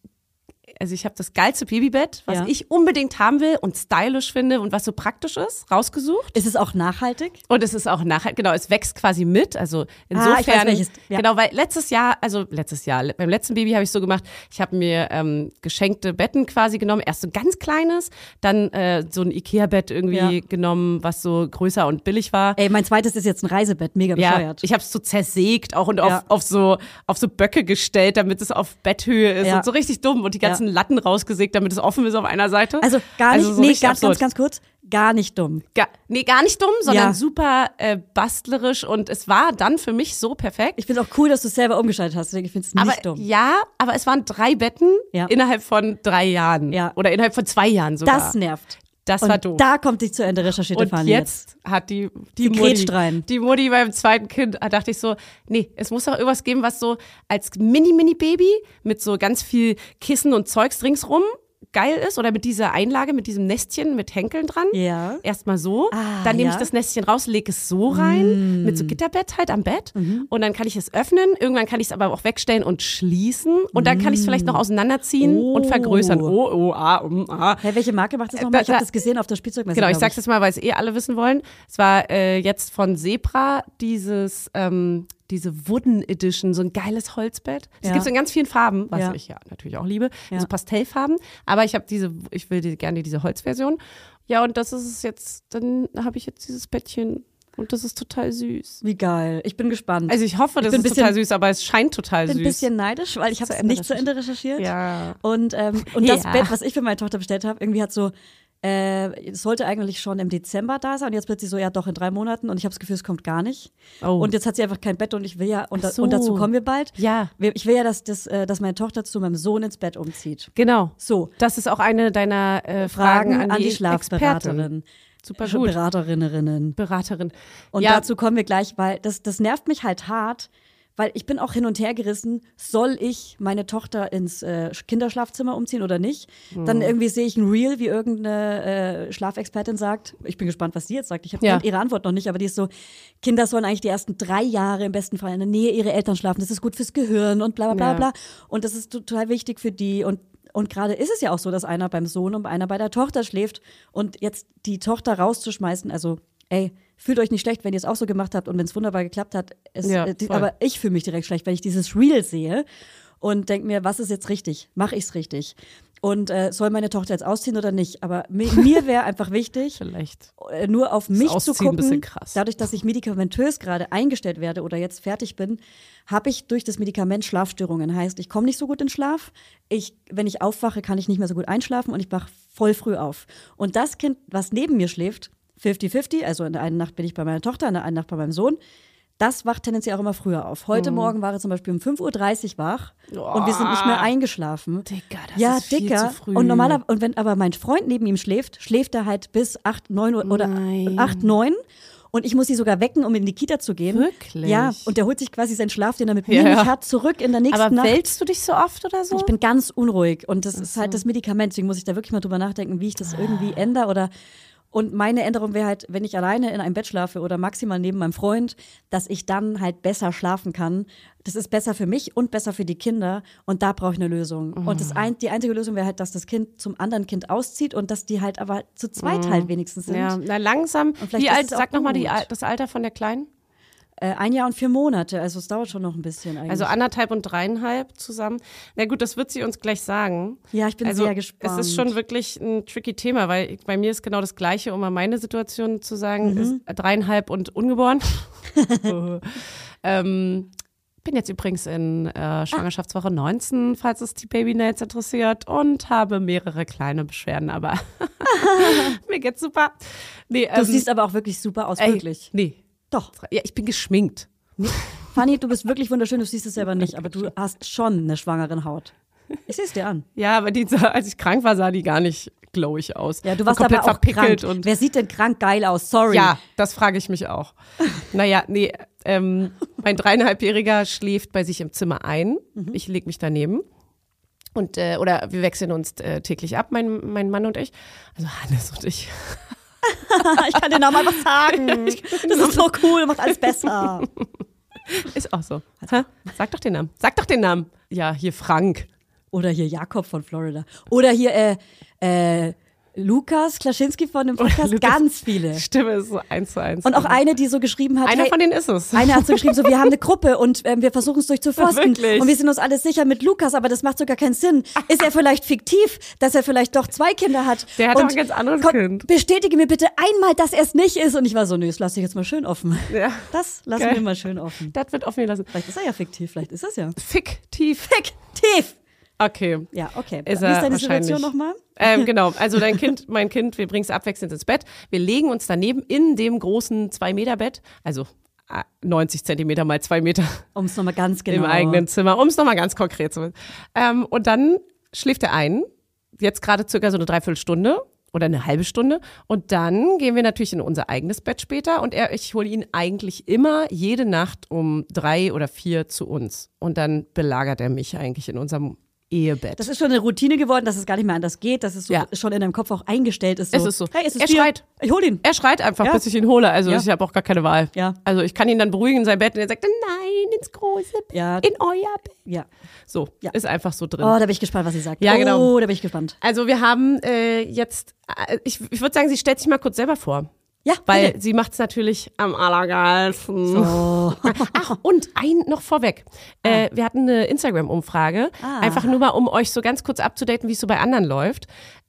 das geilste Babybett, was Ja. ich unbedingt haben will und stylisch finde und was so praktisch ist, rausgesucht. Ist es auch nachhaltig? Und es ist auch nachhaltig, genau, es wächst quasi mit. Also insofern, ich weiß welches, ja. genau, weil letztes Jahr, beim letzten Baby habe ich so gemacht, ich habe mir geschenkte Betten quasi genommen, erst so ein ganz kleines, dann so ein Ikea-Bett irgendwie genommen, was so größer und billig war. Ey, mein zweites ist jetzt ein Reisebett, mega Ja, bescheuert. ich habe es so zersägt auch und Ja. auf so Böcke gestellt, damit es auf Betthöhe ist Ja. und so richtig dumm und die ganzen Latten rausgesägt, damit es offen ist auf einer Seite. Also gar nicht, so nee, richtig absurd. ganz kurz, gar nicht dumm. Gar nicht dumm, sondern Ja. super bastlerisch und es war dann für mich so perfekt. Ich finde es auch cool, dass du es selber umgeschaltet hast, deswegen finde ich es nicht dumm. Ja, aber es waren 3 Betten Ja. innerhalb von 3 Jahren. Ja. Oder innerhalb von 2 Jahren sogar. Das nervt. Das Und war doof. da kommt die zu Ende recherchierte Und Fanny jetzt hat die grätscht rein. Die Mutti beim zweiten Kind, da dachte ich so, nee, es muss doch irgendwas geben, was so als Mini-Baby mit so ganz viel Kissen und Zeugs ringsrum geil ist oder mit dieser Einlage, mit diesem Nestchen mit Henkeln dran. Ja. Erstmal so, dann nehme ich ja. das Nestchen raus, lege es so rein, mit so Gitterbett halt am Bett und dann kann ich es öffnen, irgendwann kann ich es aber auch wegstellen und schließen und dann kann ich es vielleicht noch auseinanderziehen und vergrößern. Hey, welche Marke macht das nochmal? Ich habe das gesehen auf der Spielzeugmesse. Genau, ich glaub sag's jetzt mal, weil es alle wissen wollen. Es war jetzt von Zebra diese Wooden Edition, so ein geiles Holzbett. Das Ja. gibt's in ganz vielen Farben, was Ja. ich ja natürlich auch liebe. Ja. So Pastellfarben. Aber ich will gerne diese Holzversion. Ja, und das ist es jetzt, dann habe ich jetzt dieses Bettchen und das ist total süß. Wie geil. Ich bin gespannt. Also ich hoffe, das bin ist bisschen- total süß, aber es scheint total Ich bin süß. ein bisschen neidisch, weil ich habe es nicht zu Ende recherchiert. Ja. Und das Ja. Bett, was ich für meine Tochter bestellt habe, irgendwie hat so, es sollte eigentlich schon im Dezember da sein und jetzt wird sie so, ja doch in 3 Monaten und ich habe das Gefühl, es kommt gar nicht. Oh. Und jetzt hat sie einfach kein Bett und ich will ja, und Ach so. dazu kommen wir bald. Ja. Ich will ja, dass meine Tochter zu meinem Sohn ins Bett umzieht. Genau. So. Das ist auch eine deiner Fragen an die Schlafberaterin. Expertin. Super gut. Beraterinnen. Beraterin. Und ja, dazu kommen wir gleich, weil das nervt mich halt hart, weil ich bin auch hin und her gerissen, soll ich meine Tochter ins Kinderschlafzimmer umziehen oder nicht? Dann irgendwie sehe ich ein Reel, wie irgendeine Schlafexpertin sagt, ich bin gespannt, was sie jetzt sagt, ich habe ihre Antwort noch nicht, aber die ist so, Kinder sollen eigentlich die ersten 3 Jahre im besten Fall in der Nähe ihrer Eltern schlafen, das ist gut fürs Gehirn und bla bla bla bla und das ist total wichtig für die und gerade ist es ja auch so, dass einer beim Sohn und einer bei der Tochter schläft und jetzt die Tochter rauszuschmeißen, also ey, fühlt euch nicht schlecht, wenn ihr es auch so gemacht habt und wenn es wunderbar geklappt hat. Aber ich fühle mich direkt schlecht, wenn ich dieses Reel sehe und denke mir, was ist jetzt richtig? Mache ich es richtig? Und soll meine Tochter jetzt ausziehen oder nicht? Aber mir wäre einfach wichtig, vielleicht. nur auf mich zu Ausziehen ein bisschen gucken. krass. Dadurch, dass ich medikamentös gerade eingestellt werde oder jetzt fertig bin, habe ich durch das Medikament Schlafstörungen. Heißt, ich komme nicht so gut in Schlaf. Wenn ich aufwache, kann ich nicht mehr so gut einschlafen und ich wache voll früh auf. Und das Kind, was neben mir schläft, 50-50, also in der einen Nacht bin ich bei meiner Tochter, in der einen Nacht bei meinem Sohn, das wacht tendenziell auch immer früher auf. Heute Morgen war er zum Beispiel um 5:30 Uhr wach und wir sind nicht mehr eingeschlafen. Dicker, das ist viel zu früh. Und wenn aber mein Freund neben ihm schläft er halt bis 8, 9 Uhr oder 8, 9. und ich muss sie sogar wecken, um in die Kita zu gehen. Wirklich? Ja, und der holt sich quasi seinen Schlaf, den er mit mir nicht hat, zurück in der nächsten Nacht. Aber wälzt du dich so oft oder so? Ich bin ganz unruhig und das ist halt das Medikament, deswegen muss ich da wirklich mal drüber nachdenken, wie ich das irgendwie ändere und meine Änderung wäre halt, wenn ich alleine in einem Bett schlafe oder maximal neben meinem Freund, dass ich dann halt besser schlafen kann. Das ist besser für mich und besser für die Kinder und da brauche ich eine Lösung. Und die einzige Lösung wäre halt, dass das Kind zum anderen Kind auszieht und dass die halt aber zu zweit halt wenigstens sind. Ja, na langsam. Wie alt, sag nochmal das Alter von der Kleinen? 1 Jahr und 4 Monate, also es dauert schon noch ein bisschen eigentlich. Also 1,5 und 3,5 zusammen. Na gut, das wird sie uns gleich sagen. Ja, ich bin sehr gespannt. Es ist schon wirklich ein tricky Thema, weil bei mir ist genau das Gleiche, um mal meine Situation zu sagen, ist 3,5 und ungeboren. Bin jetzt übrigens in Schwangerschaftswoche 19, falls es die Baby-Nails interessiert und habe mehrere kleine Beschwerden, aber mir geht's super. Nee, du siehst aber auch wirklich super aus, wirklich. Nee. Doch. Ja, ich bin geschminkt. Fanny, du bist wirklich wunderschön, du siehst es selber nicht, aber du hast schon eine schwangere Haut. Ich sehe es dir an. Ja, aber als ich krank war, sah die gar nicht glowig aus. Ja, du warst aber auch krank. Und wer sieht denn krank geil aus? Sorry. Ja, das frage ich mich auch. Naja, nee, mein 3,5-Jähriger schläft bei sich im Zimmer ein. Ich lege mich daneben. Und, oder wir wechseln uns täglich ab, mein Mann und ich. Also Hannes und ich. Ich kann den Namen einfach sagen. Das ist so cool, macht alles besser. Ist auch so. Hä? Sag doch den Namen. Sag doch den Namen. Ja, hier Frank. Oder hier Jakob von Florida. Oder hier Lukas Klaschinski von dem Podcast, ganz viele. Stimme ist so 1:1. Und auch eine, die so geschrieben hat. Einer von denen ist es. Eine hat so geschrieben, so wir haben eine Gruppe und wir versuchen es durchzuforsten. Wirklich? Und wir sind uns alles sicher mit Lukas, aber das macht so gar keinen Sinn. Ist er vielleicht fiktiv, dass er vielleicht doch 2 Kinder hat? Der hat doch ein ganz anderes Kind. Bestätige mir bitte einmal, dass er es nicht ist. Und ich war so, nö, das lasse ich jetzt mal schön offen. Ja. Das lassen wir mal schön offen. Das wird offen gelassen. Vielleicht ist er ja fiktiv, vielleicht ist das ja. Fiktiv. Okay. Ja, okay. Ist Wie ist deine Situation nochmal? Genau, also mein Kind, wir bringen es abwechselnd ins Bett. Wir legen uns daneben in dem großen 2-Meter-Bett, also 90 Zentimeter mal 2 Meter. Um es nochmal ganz genau. Im eigenen Zimmer, um es nochmal ganz konkret zu machen. Und dann schläft er ein, jetzt gerade circa so eine Dreiviertelstunde oder eine halbe Stunde. Und dann gehen wir natürlich in unser eigenes Bett später und ich hole ihn eigentlich immer jede Nacht um 3 oder 4 zu uns. Und dann belagert er mich eigentlich in unserem Ehebett. Das ist schon eine Routine geworden, dass es gar nicht mehr anders geht, dass es so schon in deinem Kopf auch eingestellt ist. So. Es ist so. Hey, es ist er Bier. schreit. Ich hol ihn. Er schreit einfach, bis ich ihn hole. Also ich habe auch gar keine Wahl. Ja. Also ich kann ihn dann beruhigen in sein Bett und er sagt, nein, ins große Bett, in euer Bett. Ja. So, ist einfach so drin. Oh, da bin ich gespannt, was sie sagt. Ja, genau. Oh, da bin ich gespannt. Also wir haben jetzt, ich würde sagen, sie stellt sich mal kurz selber vor. Ja, weil bitte. sie macht es natürlich am allergeilsten. So. Ach, und noch vorweg. Wir hatten eine Instagram-Umfrage, einfach nur mal, um euch so ganz kurz abzudaten, wie es so bei anderen läuft.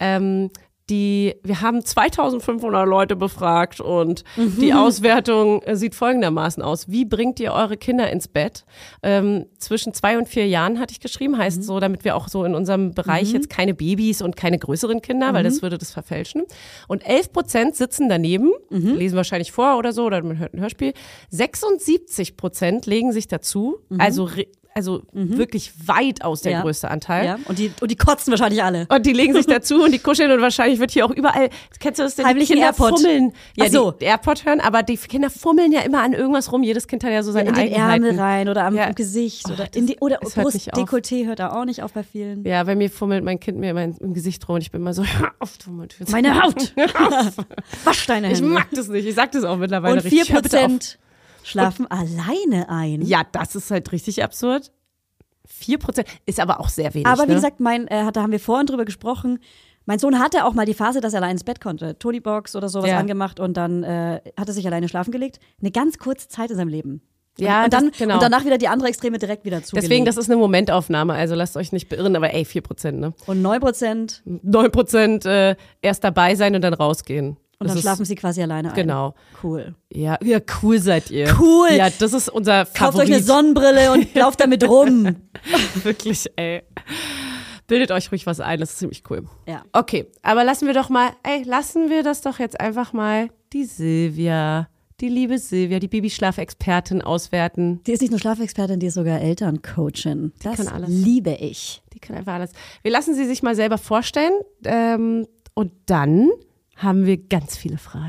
Wir haben 2500 Leute befragt und die Auswertung sieht folgendermaßen aus. Wie bringt ihr eure Kinder ins Bett? Zwischen 2 und 4 Jahren hatte ich geschrieben, heißt so, damit wir auch so in unserem Bereich jetzt keine Babys und keine größeren Kinder, weil das würde das verfälschen. Und 11% sitzen daneben, lesen wahrscheinlich vor oder so, oder man hört ein Hörspiel. 76% legen sich dazu, also wirklich weitaus der größte Anteil. Ja. Und die kotzen wahrscheinlich alle. Und die legen sich dazu und die kuscheln und wahrscheinlich wird hier auch überall, kennst du das denn? Heimlichen die Kinder AirPod. fummeln. Ja, so. die AirPod hören, aber die Kinder fummeln ja immer an irgendwas rum. Jedes Kind hat ja so seine in den Eigenheiten. Ärmel rein oder am Gesicht oder Brustdekolleté hört er auch nicht auf bei vielen. Ja, bei mir fummelt mein Kind mir immer im Gesicht rum und ich bin immer so, hör auf, du meine Haut. Wasch deine Hände. Ich mag das nicht. Ich sag das auch mittlerweile und richtig. 4% schlafen alleine ein. Ja, das ist halt richtig absurd. 4% ist aber auch sehr wenig. Aber wie gesagt, da haben wir vorhin drüber gesprochen, mein Sohn hatte auch mal die Phase, dass er allein ins Bett konnte. Tonybox oder sowas angemacht und dann hat er sich alleine schlafen gelegt. Eine ganz kurze Zeit in seinem Leben. Ja, und danach wieder die andere Extreme direkt wieder zugelegt. Deswegen, das ist eine Momentaufnahme, also lasst euch nicht beirren, aber 4%, ne? Und 9%? 9% erst dabei sein und dann rausgehen. Und dann schlafen sie quasi alleine ein. Genau. Cool. Ja, cool seid ihr. Cool. Ja, das ist unser Favorit. Kauft euch eine Sonnenbrille und lauft damit rum. Wirklich, ey. Bildet euch ruhig was ein, das ist ziemlich cool. Ja. Okay, aber lassen wir das doch jetzt einfach mal die Silvia, die liebe Silvia, die Babyschlafexpertin auswerten. Die ist nicht nur Schlafexpertin, die ist sogar Elterncoachin. Das kann alles. Liebe ich. Die kann einfach alles. Wir lassen sie sich mal selber vorstellen und dann haben wir ganz viele Fragen.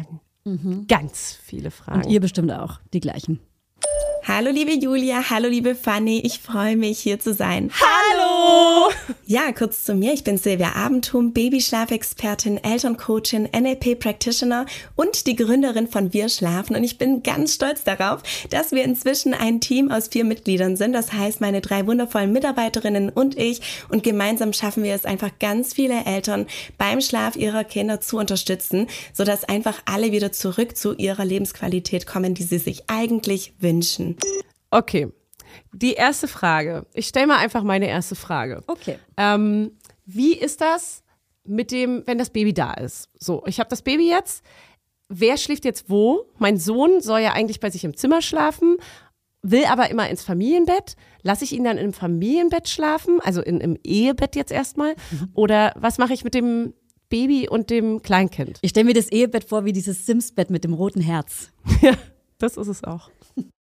Ganz viele Fragen. Und ihr bestimmt auch, die gleichen. Hallo liebe Julia, hallo liebe Fanny, ich freue mich hier zu sein. Hallo! Ja, kurz zu mir, ich bin Silvia Abendthum, Babyschlafexpertin, Elterncoachin, NLP-Practitioner und die Gründerin von Wir Schlafen und ich bin ganz stolz darauf, dass wir inzwischen ein Team aus 4 Mitgliedern sind, das heißt meine 3 wundervollen Mitarbeiterinnen und ich und gemeinsam schaffen wir es einfach ganz viele Eltern beim Schlaf ihrer Kinder zu unterstützen, sodass einfach alle wieder zurück zu ihrer Lebensqualität kommen, die sie sich eigentlich wünschen. Okay, die erste Frage. Ich stelle mal einfach meine erste Frage. Okay. Wie ist das mit dem, wenn das Baby da ist? So, ich habe das Baby jetzt. Wer schläft jetzt wo? Mein Sohn soll ja eigentlich bei sich im Zimmer schlafen, will aber immer ins Familienbett. Lasse ich ihn dann im Familienbett schlafen, also im Ehebett jetzt erstmal? Oder was mache ich mit dem Baby und dem Kleinkind? Ich stelle mir das Ehebett vor wie dieses Sims-Bett mit dem roten Herz. Ja, das ist es auch.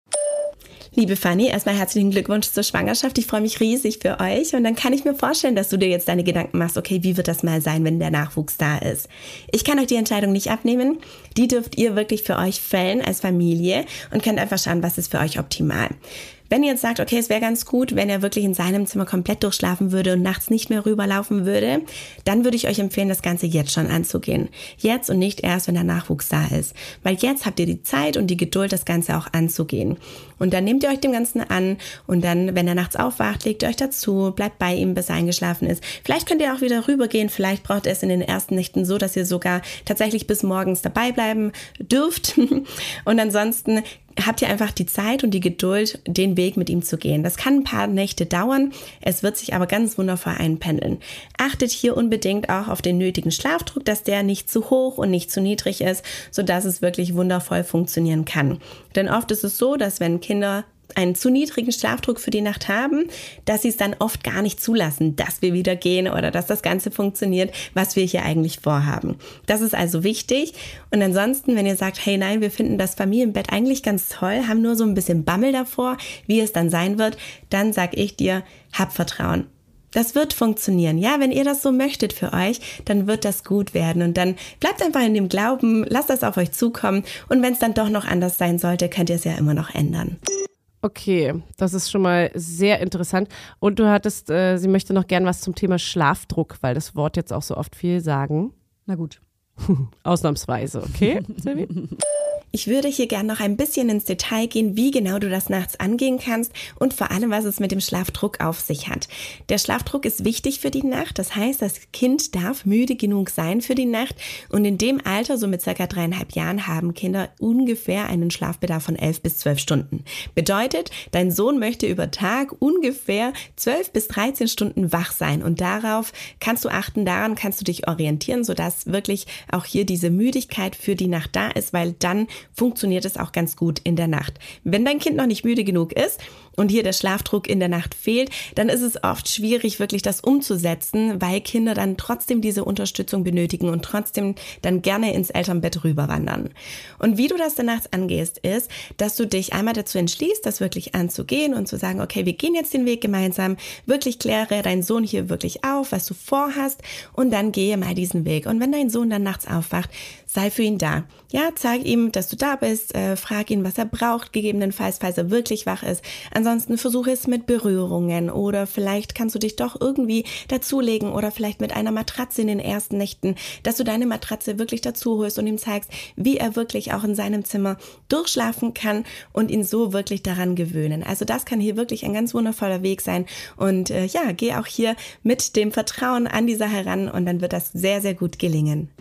Liebe Fanny, erstmal herzlichen Glückwunsch zur Schwangerschaft. Ich freue mich riesig für euch und dann kann ich mir vorstellen, dass du dir jetzt deine Gedanken machst, okay, wie wird das mal sein, wenn der Nachwuchs da ist? Ich kann euch die Entscheidung nicht abnehmen. Die dürft ihr wirklich für euch fällen als Familie und könnt einfach schauen, was ist für euch optimal. Wenn ihr jetzt sagt, okay, es wäre ganz gut, wenn er wirklich in seinem Zimmer komplett durchschlafen würde und nachts nicht mehr rüberlaufen würde, dann würde ich euch empfehlen, das Ganze jetzt schon anzugehen. Jetzt und nicht erst, wenn der Nachwuchs da ist. Weil jetzt habt ihr die Zeit und die Geduld, das Ganze auch anzugehen. Und dann nehmt ihr euch dem Ganzen an und dann, wenn er nachts aufwacht, legt ihr euch dazu, bleibt bei ihm, bis er eingeschlafen ist. Vielleicht könnt ihr auch wieder rübergehen, vielleicht braucht ihr es in den ersten Nächten so, dass ihr sogar tatsächlich bis morgens dabei bleiben dürft. Und ansonsten habt ihr einfach die Zeit und die Geduld, den Weg mit ihm zu gehen. Das kann ein paar Nächte dauern, es wird sich aber ganz wundervoll einpendeln. Achtet hier unbedingt auch auf den nötigen Schlafdruck, dass der nicht zu hoch und nicht zu niedrig ist, sodass es wirklich wundervoll funktionieren kann. Denn oft ist es so, dass wenn Kinder einen zu niedrigen Schlafdruck für die Nacht haben, dass sie es dann oft gar nicht zulassen, dass wir wieder gehen oder dass das Ganze funktioniert, was wir hier eigentlich vorhaben. Das ist also wichtig. Und ansonsten, wenn ihr sagt, hey nein, wir finden das Familienbett eigentlich ganz toll, haben nur so ein bisschen Bammel davor, wie es dann sein wird, dann sag ich dir, hab Vertrauen. Das wird funktionieren. Ja, wenn ihr das so möchtet für euch, dann wird das gut werden. Und dann bleibt einfach in dem Glauben, lasst das auf euch zukommen. Und wenn es dann doch noch anders sein sollte, könnt ihr es ja immer noch ändern. Okay, das ist schon mal sehr interessant. Und du hattest, sie möchte noch gern was zum Thema Schlafdruck, weil das Wort jetzt auch so oft viel sagen. Na gut. Ausnahmsweise, okay, Silvi? Ich würde hier gerne noch ein bisschen ins Detail gehen, wie genau du das nachts angehen kannst und vor allem, was es mit dem Schlafdruck auf sich hat. Der Schlafdruck ist wichtig für die Nacht, das heißt, das Kind darf müde genug sein für die Nacht und in dem Alter, so mit circa 3,5 Jahren, haben Kinder ungefähr einen Schlafbedarf von 11 bis 12 Stunden. Bedeutet, dein Sohn möchte über Tag ungefähr 12 bis 13 Stunden wach sein und darauf kannst du achten, daran kannst du dich orientieren, sodass wirklich auch hier diese Müdigkeit für die Nacht da ist, weil dann funktioniert es auch ganz gut in der Nacht. Wenn dein Kind noch nicht müde genug ist und hier der Schlafdruck in der Nacht fehlt, dann ist es oft schwierig, wirklich das umzusetzen, weil Kinder dann trotzdem diese Unterstützung benötigen und trotzdem dann gerne ins Elternbett rüberwandern. Und wie du das dann nachts angehst, ist, dass du dich einmal dazu entschließt, das wirklich anzugehen und zu sagen, okay, wir gehen jetzt den Weg gemeinsam, wirklich kläre deinen Sohn hier wirklich auf, was du vorhast und dann gehe mal diesen Weg. Und wenn dein Sohn dann nachts aufwacht, sei für ihn da. Ja, zeig ihm, dass du da bist, frag ihn, was er braucht, gegebenenfalls, falls er wirklich wach ist. Ansonsten versuche es mit Berührungen oder vielleicht kannst du dich doch irgendwie dazulegen oder vielleicht mit einer Matratze in den ersten Nächten, dass du deine Matratze wirklich dazu holst und ihm zeigst, wie er wirklich auch in seinem Zimmer durchschlafen kann und ihn so wirklich daran gewöhnen. Also das kann hier wirklich ein ganz wundervoller Weg sein und ja, geh auch hier mit dem Vertrauen an die Sache ran und dann wird das sehr, sehr gut gelingen.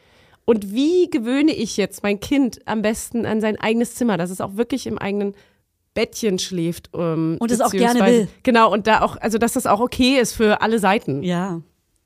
Und wie gewöhne ich jetzt mein Kind am besten an sein eigenes Zimmer, dass es auch wirklich im eigenen Bettchen schläft? Und es auch gerne will. Genau, und da auch, also dass das auch okay ist für alle Seiten. Ja.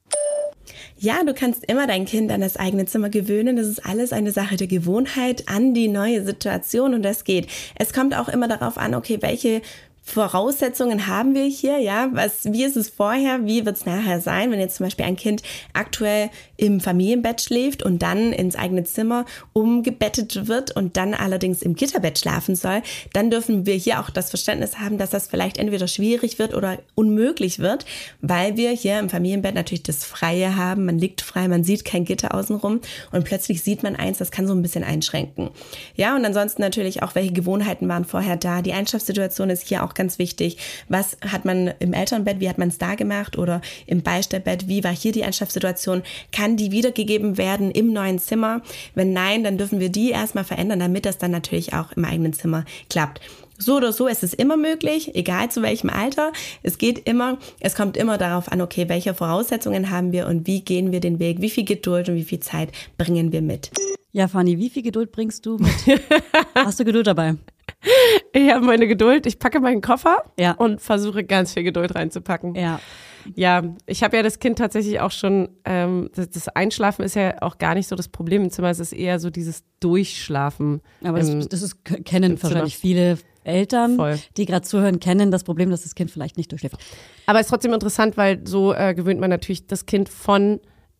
Ja, du kannst immer dein Kind an das eigene Zimmer gewöhnen. Das ist alles eine Sache der Gewohnheit an die neue Situation und das geht. Es kommt auch immer darauf an, okay, welche Voraussetzungen haben wir hier, ja? Wie ist es vorher, wie wird es nachher sein, wenn jetzt zum Beispiel ein Kind aktuell im Familienbett schläft und dann ins eigene Zimmer umgebettet wird und dann allerdings im Gitterbett schlafen soll, dann dürfen wir hier auch das Verständnis haben, dass das vielleicht entweder schwierig wird oder unmöglich wird, weil wir hier im Familienbett natürlich das Freie haben, man liegt frei, man sieht kein Gitter außenrum und plötzlich sieht man eins, das kann so ein bisschen einschränken. Ja, und ansonsten natürlich auch, welche Gewohnheiten waren vorher da, die Einschlafsituation ist hier auch ganz wichtig. Was hat man im Elternbett, wie hat man es da gemacht oder im Beistellbett, wie war hier die Einschlafsituation? Kann die wiedergegeben werden im neuen Zimmer? Wenn nein, dann dürfen wir die erstmal verändern, damit das dann natürlich auch im eigenen Zimmer klappt. So oder so, es ist immer möglich, egal zu welchem Alter. Es kommt immer darauf an, okay, welche Voraussetzungen haben wir und wie gehen wir den Weg, wie viel Geduld und wie viel Zeit bringen wir mit. Ja, Fanny, wie viel Geduld bringst du mit? Hast du Geduld dabei? Ich habe meine Geduld. Ich packe meinen Koffer und versuche ganz viel Geduld reinzupacken. Ja, ich habe ja das Kind tatsächlich auch schon, das Einschlafen ist ja auch gar nicht so das Problem im Zimmer, es ist eher so dieses Durchschlafen. Aber kennen wahrscheinlich viele Eltern, die gerade zuhören, kennen das Problem, dass das Kind vielleicht nicht durchschläft. Aber es ist trotzdem interessant, weil so gewöhnt man natürlich das Kind von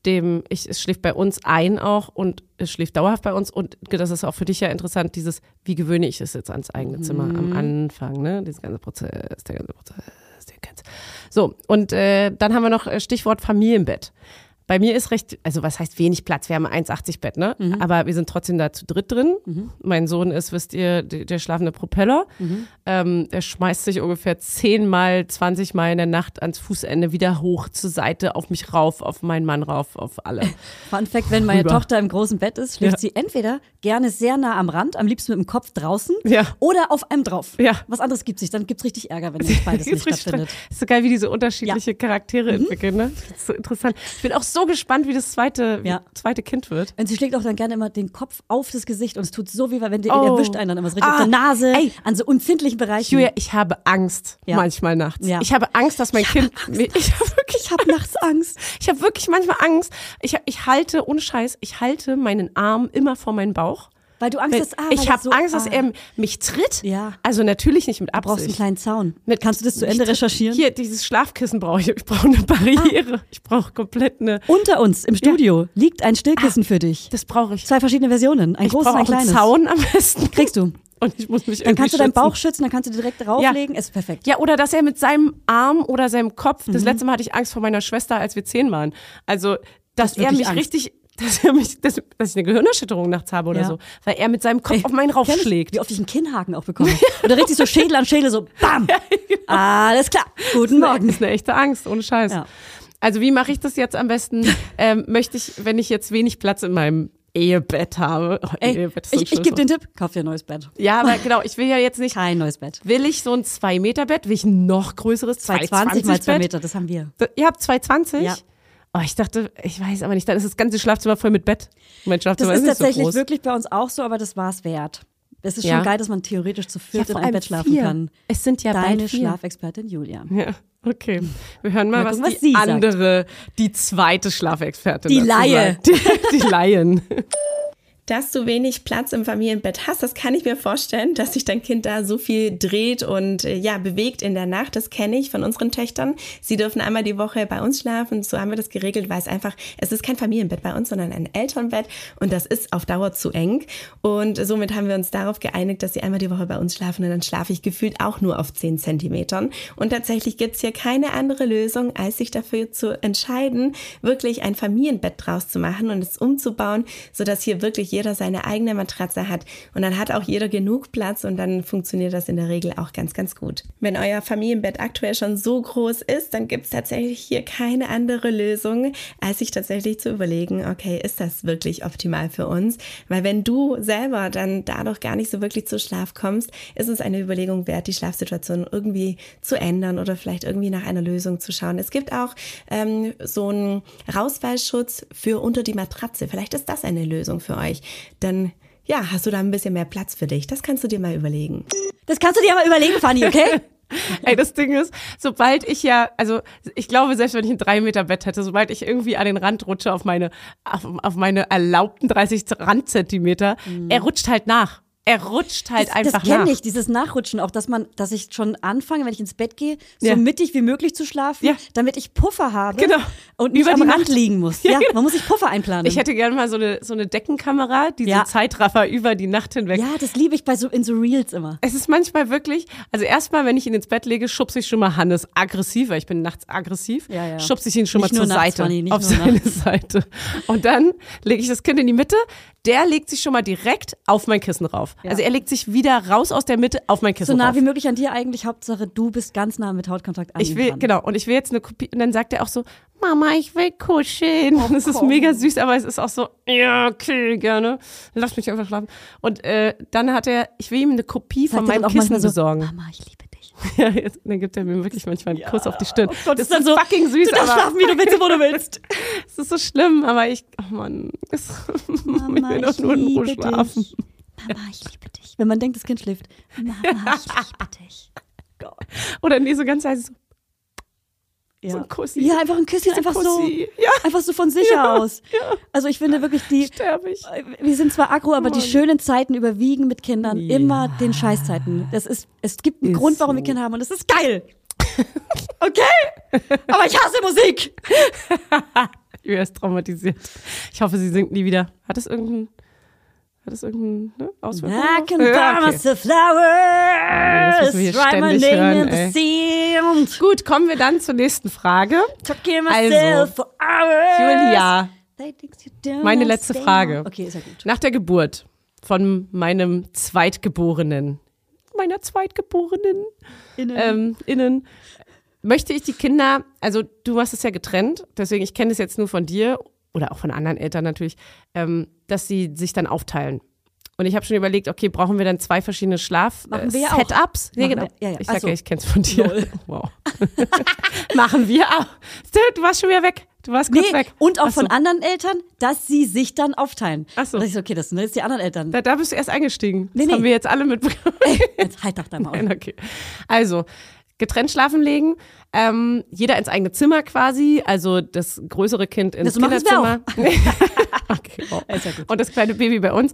es schläft bei uns ein auch und es schläft dauerhaft bei uns und das ist auch für dich ja interessant, wie gewöhne ich es jetzt ans eigene Zimmer am Anfang, ne? Der ganze Prozess, den kennst. So, und dann haben wir noch Stichwort Familienbett. Bei mir ist also was heißt wenig Platz? Wir haben ein 1,80 Bett, ne? Aber wir sind trotzdem da zu dritt drin. Mein Sohn ist, wisst ihr, der schlafende Propeller. Der schmeißt sich ungefähr 10-mal, 20-mal in der Nacht ans Fußende wieder hoch zur Seite, auf mich rauf, auf meinen Mann rauf, auf alle. Fun Fact, wenn meine Tochter im großen Bett ist, schläft sie entweder gerne sehr nah am Rand, am liebsten mit dem Kopf draußen oder auf einem drauf. Ja. Was anderes gibt es nicht. Dann gibt es richtig Ärger, wenn beides nicht stattfindet. Ist so geil, wie diese unterschiedliche Charaktere entwickeln, ne? Das ist so interessant. Ich bin auch so gespannt, wie das zweite Kind wird. Und sie schlägt auch dann gerne immer den Kopf auf das Gesicht und es tut so weh, weil wenn die erwischt einen dann immer so richtig auf der Nase, an so empfindlichen Bereichen. Julia, ich habe Angst manchmal nachts. Ja. Ich habe Angst, dass mein Kind... Ich habe nachts Angst. Ich habe wirklich manchmal Angst. Ich halte, ohne Scheiß, meinen Arm immer vor meinen Bauch. Weil du Angst hast, ich habe Angst, dass er mich tritt. Ja. Also natürlich nicht mit Absicht. Du brauchst einen kleinen Zaun. Kannst du das zu Ende recherchieren? Hier, dieses Schlafkissen brauche ich. Ich brauche eine Barriere. Ich brauche komplett eine... Unter uns im Studio liegt ein Stillkissen für dich. Das brauche ich. 2 verschiedene Versionen. Ein großes und ein kleines. Einen Zaun am besten. Kriegst du. Und ich muss mich dann kannst du deinen Bauch schützen, dann kannst du direkt drauflegen, ist perfekt. Ja, oder dass er mit seinem Arm oder seinem Kopf, das letzte Mal hatte ich Angst vor meiner Schwester, als wir 10 waren. Also, dass er mich richtig... Dass ich eine Gehirnerschütterung nachts habe oder so, weil er mit seinem Kopf auf meinen raufschlägt. Wie oft ich einen Kinnhaken auch bekomme. Oder richtig so Schädel an Schädel, so BAM! Ja, genau. Alles klar, guten Morgen. Das ist eine echte Angst, ohne Scheiß. Ja. Also wie mache ich das jetzt am besten? Möchte ich, wenn ich jetzt wenig Platz in meinem Ehebett habe. Ehebett ist ich gebe den Tipp, kauf dir ein neues Bett. Ja, aber genau, ich will ja jetzt nicht... Kein neues Bett. Will ich so ein 2-Meter-Bett? Will ich ein noch größeres 2,20 mal 2 Meter, das haben wir. Ihr habt 2,20? Ja. Oh, ich dachte, ich weiß aber nicht, dann ist das ganze Schlafzimmer voll mit Bett. Mein Schlafzimmer ist nicht tatsächlich so groß. Wirklich bei uns auch so, aber das war es wert. Es ist schon geil, dass man theoretisch zu viert in einem Bett schlafen kann. Es sind ja deine Schlafexpertin Julia. Ja, okay. Wir hören mal, was die andere, die zweite Schlafexpertin Die Laie. Die Laien. Dass du wenig Platz im Familienbett hast, das kann ich mir vorstellen, dass sich dein Kind da so viel dreht und bewegt in der Nacht. Das kenne ich von unseren Töchtern. Sie dürfen einmal die Woche bei uns schlafen. So haben wir das geregelt, weil es ist kein Familienbett bei uns, sondern ein Elternbett und das ist auf Dauer zu eng. Und somit haben wir uns darauf geeinigt, dass sie einmal die Woche bei uns schlafen und dann schlafe ich gefühlt auch nur auf 10 Zentimetern. Und tatsächlich gibt es hier keine andere Lösung, als sich dafür zu entscheiden, wirklich ein Familienbett draus zu machen und es umzubauen, sodass hier wirklich jeder seine eigene Matratze hat und dann hat auch jeder genug Platz und dann funktioniert das in der Regel auch ganz, ganz gut. Wenn euer Familienbett aktuell schon so groß ist, dann gibt es tatsächlich hier keine andere Lösung, als sich tatsächlich zu überlegen, okay, ist das wirklich optimal für uns? Weil wenn du selber dann dadurch gar nicht so wirklich zu Schlaf kommst, ist es eine Überlegung wert, die Schlafsituation irgendwie zu ändern oder vielleicht irgendwie nach einer Lösung zu schauen. Es gibt auch so einen Rausfallschutz für unter die Matratze. Vielleicht ist das eine Lösung für euch. Dann hast du da ein bisschen mehr Platz für dich. Das kannst du dir mal überlegen. Das kannst du dir mal überlegen, Fanny, okay? Ey, das Ding ist, sobald ich ich glaube, selbst wenn ich ein 3-Meter-Bett hätte, sobald ich irgendwie an den Rand rutsche auf meine erlaubten 30 Randzentimeter, er rutscht halt nach. Er rutscht halt einfach nach. Das kenne ich, dieses Nachrutschen auch, dass ich schon anfange, wenn ich ins Bett gehe, so mittig wie möglich zu schlafen, damit ich Puffer habe und nicht am Rand liegen muss. Ja, man muss sich Puffer einplanen. Ich hätte gerne mal so eine Deckenkamera, die so Zeitraffer über die Nacht hinweg. Ja, das liebe ich in so Reels immer. Es ist manchmal wirklich, also erstmal, wenn ich ihn ins Bett lege, schubse ich schon mal Hannes aggressiv, weil ich bin nachts aggressiv, schubse ich ihn schon mal zur Seite, auf seine Seite. Und dann lege ich das Kind in die Mitte, der legt sich schon mal direkt auf mein Kissen rauf. Ja. Also er legt sich wieder raus aus der Mitte auf mein Kissen rauf. So nah wie möglich an dir eigentlich, Hauptsache du bist ganz nah mit Hautkontakt an ihm dran. Genau, und ich will jetzt eine Kopie, und dann sagt er auch so, Mama, ich will kuscheln. Und es ist mega süß, aber es ist auch so, ja, okay, gerne. Lass mich einfach schlafen. Und dann ich will ihm eine Kopie von meinem Kissen besorgen. Mama, ich liebe dich. Ja, dann gibt er mir wirklich manchmal einen Kuss auf die Stirn. Oh Gott, das ist dann so fucking süß. Du darfst schlafen, wie du willst, wo du willst. Es ist so schlimm, aber oh Mann. Mama, ich will doch nur in Ruhe schlafen. Mama, ich liebe dich. Wenn man denkt, das Kind schläft. Mama, ich liebe dich. Gott. Oder nee, so ganz heiß so. Ja. So ein Kussi. Ja, einfach ein Küsschen, einfach so von sich aus. Ja. Also ich finde wirklich wir sind zwar aggro, aber die schönen Zeiten überwiegen mit Kindern immer den Scheißzeiten. Es gibt einen Grund, warum wir Kinder haben und es ist geil. Okay? Aber ich hasse Musik. Julia ist traumatisiert. Ich hoffe, sie singt nie wieder. Hat es irgendeine Auswirkung? I can buy the flowers, das müssen wir hier ständig hören, ey. Gut, kommen wir dann zur nächsten Frage. Also, Julia, meine letzte Frage. Okay, ist ja gut. Nach der Geburt von meiner Zweitgeborenen, innen, möchte ich die Kinder, also du hast es ja getrennt, deswegen ich kenne es jetzt nur von dir oder auch von anderen Eltern natürlich, dass sie sich dann aufteilen. Und ich habe schon überlegt, okay, brauchen wir dann 2 verschiedene Schlaf-Setups? Ja, genau. Ja. Ich sag ich kenn's von dir. Wow. Machen wir auch. Du warst schon wieder weg. Du warst kurz weg. Und auch von anderen Eltern, dass sie sich dann aufteilen. Achso. Und ich so, okay, das sind jetzt die anderen Eltern. Da bist du erst eingestiegen. Das haben wir jetzt alle mitbekommen. Jetzt halt doch da mal auf. Nein, okay. Also, getrennt schlafen legen, jeder ins eigene Zimmer quasi, also das größere Kind ins Kinderzimmer. Okay, wow. Und das kleine Baby bei uns.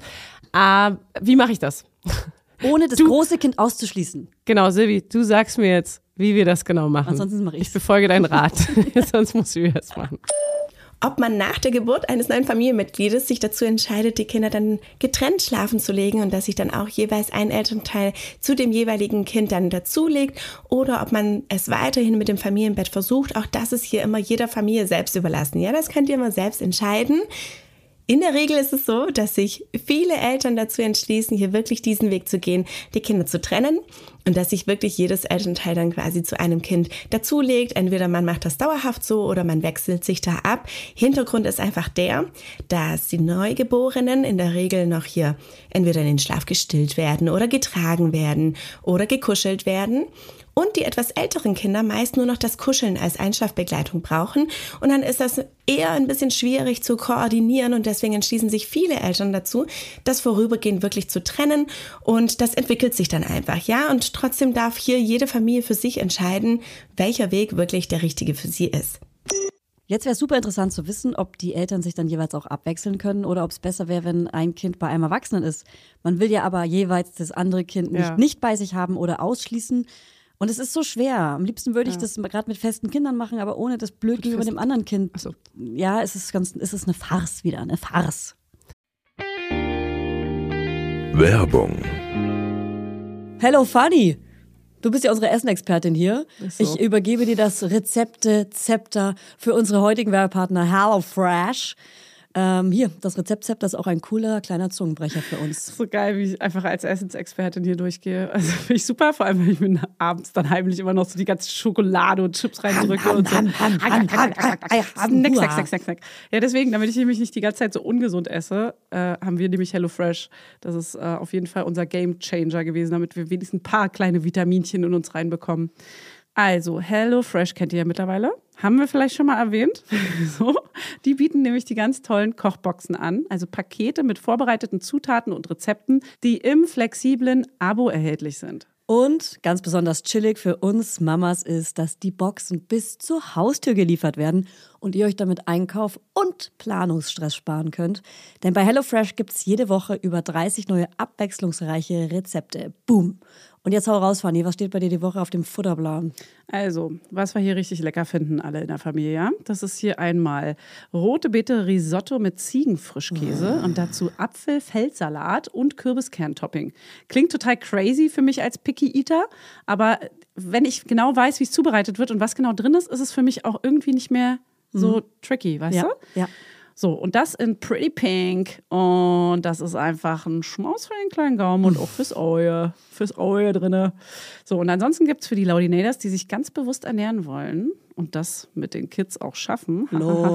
Wie mache ich das? Ohne das große Kind auszuschließen. Genau, Silvi, du sagst mir jetzt, wie wir das genau machen. Ansonsten mache ich befolge deinen Rat, sonst musst du es machen. Ob man nach der Geburt eines neuen Familienmitgliedes sich dazu entscheidet, die Kinder dann getrennt schlafen zu legen und dass sich dann auch jeweils ein Elternteil zu dem jeweiligen Kind dann dazulegt oder ob man es weiterhin mit dem Familienbett versucht, auch das ist hier immer jeder Familie selbst überlassen. Ja, das könnt ihr immer selbst entscheiden. In der Regel ist es so, dass sich viele Eltern dazu entschließen, hier wirklich diesen Weg zu gehen, die Kinder zu trennen und dass sich wirklich jedes Elternteil dann quasi zu einem Kind dazulegt. Entweder man macht das dauerhaft so oder man wechselt sich da ab. Hintergrund ist einfach der, dass die Neugeborenen in der Regel noch hier entweder in den Schlaf gestillt werden oder getragen werden oder gekuschelt werden. Und die etwas älteren Kinder meist nur noch das Kuscheln als Einschlafbegleitung brauchen. Und dann ist das eher ein bisschen schwierig zu koordinieren und deswegen entschließen sich viele Eltern dazu, das vorübergehend wirklich zu trennen und das entwickelt sich dann einfach, ja. Und trotzdem darf hier jede Familie für sich entscheiden, welcher Weg wirklich der richtige für sie ist. Jetzt wäre es super interessant zu wissen, ob die Eltern sich dann jeweils auch abwechseln können oder ob es besser wäre, wenn ein Kind bei einem Erwachsenen ist. Man will ja aber jeweils das andere Kind nicht bei sich haben oder ausschließen. Und es ist so schwer. Am liebsten würde ich das gerade mit festen Kindern machen, aber ohne das blöd gegenüber dem anderen Kind. Ach so. Ja, es ist eine Farce wieder, eine Farce. Werbung. Hello Fanny, du bist ja unsere Essenexpertin hier. So. Ich übergebe dir das Rezepte-Zepter für unsere heutigen Werbepartner HelloFresh. Hier, das Rezeptzepter ist auch ein cooler kleiner Zungenbrecher für uns. So geil, wie ich einfach als Essensexpertin hier durchgehe. Also finde ich super, vor allem, wenn ich mir abends dann heimlich immer noch so die ganze Schokolade und Chips reindrücke und so. Snack. Ja, deswegen, damit ich nämlich nicht die ganze Zeit so ungesund esse, haben wir nämlich HelloFresh. Das ist auf jeden Fall unser Gamechanger gewesen, damit wir wenigstens ein paar kleine Vitaminchen in uns reinbekommen. Also, HelloFresh kennt ihr ja mittlerweile. Haben wir vielleicht schon mal erwähnt. So. Die bieten nämlich die ganz tollen Kochboxen an. Also Pakete mit vorbereiteten Zutaten und Rezepten, die im flexiblen Abo erhältlich sind. Und ganz besonders chillig für uns Mamas ist, dass die Boxen bis zur Haustür geliefert werden und ihr euch damit Einkauf und Planungsstress sparen könnt. Denn bei HelloFresh gibt es jede Woche über 30 neue abwechslungsreiche Rezepte. Boom! Und jetzt hau raus, Fanny, was steht bei dir die Woche auf dem Futterplan? Also, was wir hier richtig lecker finden, alle in der Familie, ja? Das ist hier einmal rote Beete Risotto mit Ziegenfrischkäse und dazu Apfel-Feldsalat und Kürbiskerntopping. Klingt total crazy für mich als Picky Eater, aber wenn ich genau weiß, wie es zubereitet wird und was genau drin ist, ist es für mich auch irgendwie nicht mehr so tricky, weißt du? Ja. So, und das in Pretty Pink. Und das ist einfach ein Schmaus für den kleinen Gaumen und auch fürs Auge drinne. So, und ansonsten gibt es für die Laudinators, die sich ganz bewusst ernähren wollen und das mit den Kids auch schaffen,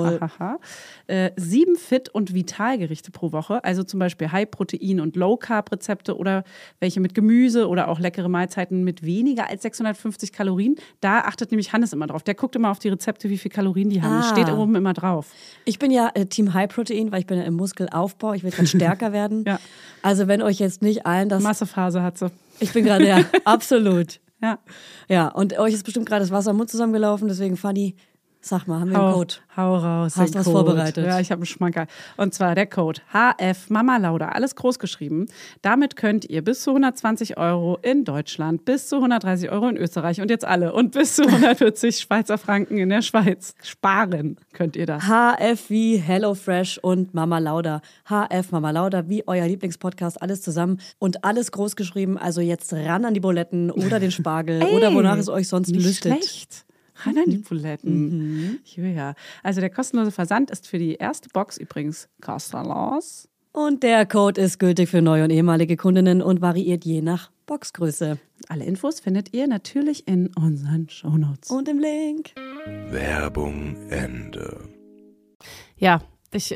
7 Fit- und Vitalgerichte pro Woche. Also zum Beispiel High-Protein- und Low-Carb-Rezepte oder welche mit Gemüse oder auch leckere Mahlzeiten mit weniger als 650 Kalorien. Da achtet nämlich Hannes immer drauf. Der guckt immer auf die Rezepte, wie viele Kalorien die haben. Das steht oben immer drauf. Ich bin ja Team High-Protein, weil ich bin ja im Muskelaufbau. Ich will gerade stärker werden. Ja. Also wenn euch jetzt nicht allen das... Massephase hat sie. Ich bin gerade, ja, absolut. Ja, und euch ist bestimmt gerade das Wasser im Mund zusammengelaufen, deswegen Fanny, sag mal, haben wir einen Code? Hau raus. Hast du was vorbereitet? Ja, ich habe einen Schmankerl. Und zwar der Code HF Mama Lauda, alles groß geschrieben. Damit könnt ihr bis zu 120 € in Deutschland, bis zu 130 € in Österreich und jetzt alle und bis zu 140 Schweizer Franken in der Schweiz sparen könnt ihr das. HF wie HelloFresh und Mama Lauda. HF Mama Lauda wie euer Lieblingspodcast, alles zusammen und alles groß geschrieben. Also jetzt ran an die Buletten oder den Spargel oder wonach es euch sonst nicht lüstet. Schlecht. Ran an die Buletten. Ja. Also der kostenlose Versand ist für die erste Box übrigens kostenlos. Und der Code ist gültig für neue und ehemalige Kundinnen und variiert je nach Boxgröße. Alle Infos findet ihr natürlich in unseren Shownotes. Und im Link. Werbung Ende. Ja, ich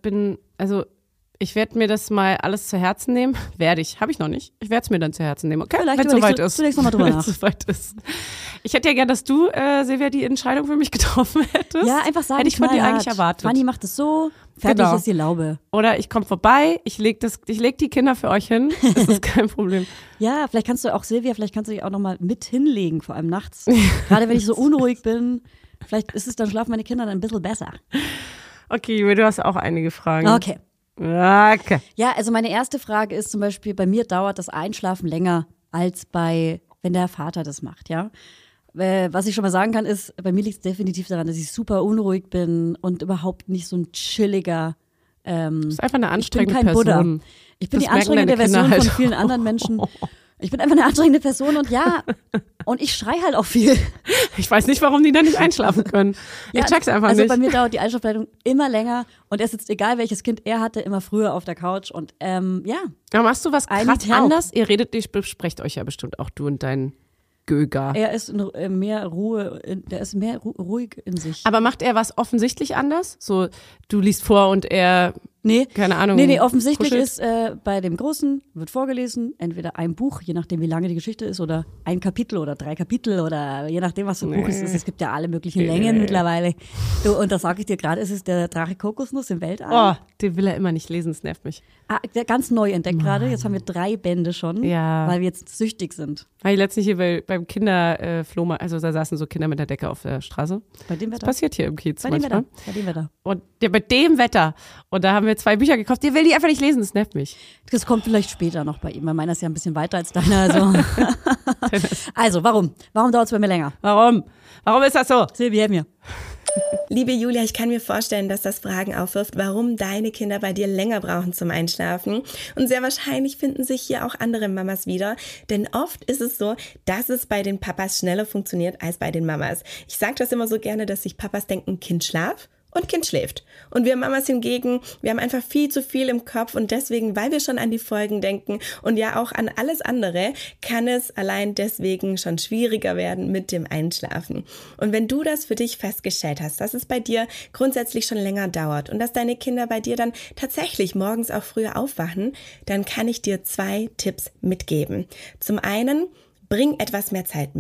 werde mir das mal alles zu Herzen nehmen. Werde ich. Habe ich noch nicht. Ich werde es mir dann zu Herzen nehmen. Okay, wenn es soweit ist. Du legst nochmal drüber nach. Soweit ist. Ich hätte ja gern, dass du, Silvia, die Entscheidung für mich getroffen hättest. Ja, einfach sagen. Hätte ich von dir eigentlich erwartet. Fanny macht es so, fertig ist die Laube. Oder ich komme vorbei, ich leg die Kinder für euch hin. Das ist kein Problem. Ja, vielleicht kannst du auch, Silvia, dich auch nochmal mit hinlegen, vor allem nachts. Gerade wenn ich so unruhig bin, vielleicht ist es dann schlafen meine Kinder dann ein bisschen besser. Okay, du hast auch einige Fragen. Okay. Okay. Ja, also meine erste Frage ist zum Beispiel, bei mir dauert das Einschlafen länger als wenn der Vater das macht, ja. Was ich schon mal sagen kann, ist, bei mir liegt es definitiv daran, dass ich super unruhig bin und überhaupt nicht so ein chilliger. Du bist einfach eine anstrengende Person. Person. Ich bin die anstrengende Version von vielen anderen Menschen. Ich bin einfach eine anstrengende Person und und ich schrei halt auch viel. Ich weiß nicht, warum die da nicht einschlafen können. Ich check's einfach nicht. Also bei mir dauert die Einschlafleitung immer länger und er sitzt, egal welches Kind er hatte, immer früher auf der Couch und Ja, machst du was krass anders? Ihr besprecht euch ja bestimmt auch, du und dein Göger. Er ist mehr Ruhe, der ist mehr ruhig in sich. Aber macht er was offensichtlich anders? So, du liest vor und er, keine Ahnung. Nee, offensichtlich kuschelt. Ist bei dem Großen, wird vorgelesen, entweder ein Buch, je nachdem wie lange die Geschichte ist, oder ein Kapitel oder 3 Kapitel oder je nachdem, was für ein Buch es ist. Es gibt ja alle möglichen Längen mittlerweile. Du, und das sage ich dir gerade, es ist der Drache Kokosnuss im Weltall. Oh, den will er immer nicht lesen, das nervt mich. Der ganz neu entdeckt gerade, jetzt haben wir 3 Bände schon, weil wir jetzt süchtig sind. War ich letztens hier beim Kinderflohmarkt, also da saßen so Kinder mit der Decke auf der Straße. Bei dem Wetter? Das passiert hier im Kiez Bei manchmal. dem Wetter. Und bei dem Wetter. Und da haben wir 2 Bücher gekauft, die will die einfach nicht lesen, das nervt mich. Das kommt vielleicht später noch bei ihm, weil meiner ist ja ein bisschen weiter als deiner. Also warum? Warum dauert es bei mir länger? Warum? Warum ist das so? Silvia, helf mir. Liebe Julia, ich kann mir vorstellen, dass das Fragen aufwirft, warum deine Kinder bei dir länger brauchen zum Einschlafen. Und sehr wahrscheinlich finden sich hier auch andere Mamas wieder. Denn oft ist es so, dass es bei den Papas schneller funktioniert als bei den Mamas. Ich sage das immer so gerne, dass sich Papas denken, Kind schlaf und Kind schläft. Und wir Mamas hingegen, wir haben einfach viel zu viel im Kopf und deswegen, weil wir schon an die Folgen denken und ja auch an alles andere, kann es allein deswegen schon schwieriger werden mit dem Einschlafen. Und wenn du das für dich festgestellt hast, dass es bei dir grundsätzlich schon länger dauert und dass deine Kinder bei dir dann tatsächlich morgens auch früher aufwachen, dann kann ich dir 2 Tipps mitgeben. Zum einen, bring etwas mehr Zeit mit.